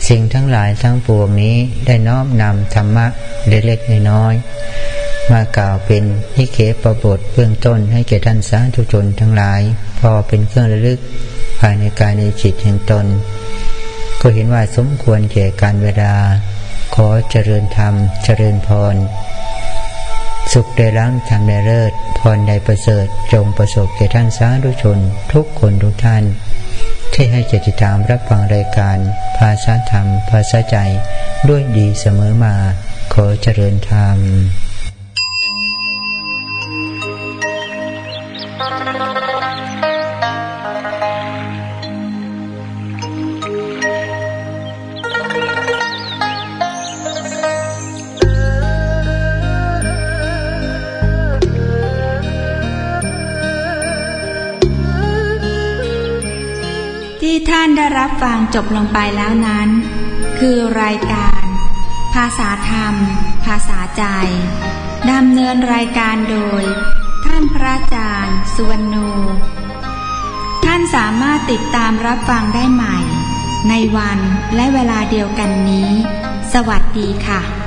สิ่งทั้งหลายทั้งปวงนี้ได้น้อมนำธรรมะเล็กๆน้อยๆมากล่าวเป็นนิเคปบทเบื้องต้นให้แก่ท่านสาธุชนทั้งหลายพอเป็นเครื่องระลึกภายในกายในจิตแห่งตนก็เห็นว่าสมควรแก่การเวลาขอเจริญธรรมเจริญพรสุขได้ล้ำธรรมได้เลิศพรได้ประเสริฐจงประสบแก่ท่านสาธุชนทุกคนทุกท่านที่ให้ติดตามรับฟังรายการภาษาธรรมภาษาใจด้วยดีเสมอมาขอเจริญธรรมที่ท่านได้รับฟังจบลงไปแล้วนั้นคือรายการภาษาธรรมภาษาใจดำเนินรายการโดยท่านพระอาจารย์สุวรรณโนท่านสามารถติดตามรับฟังได้ใหม่ในวันและเวลาเดียวกันนี้สวัสดีค่ะ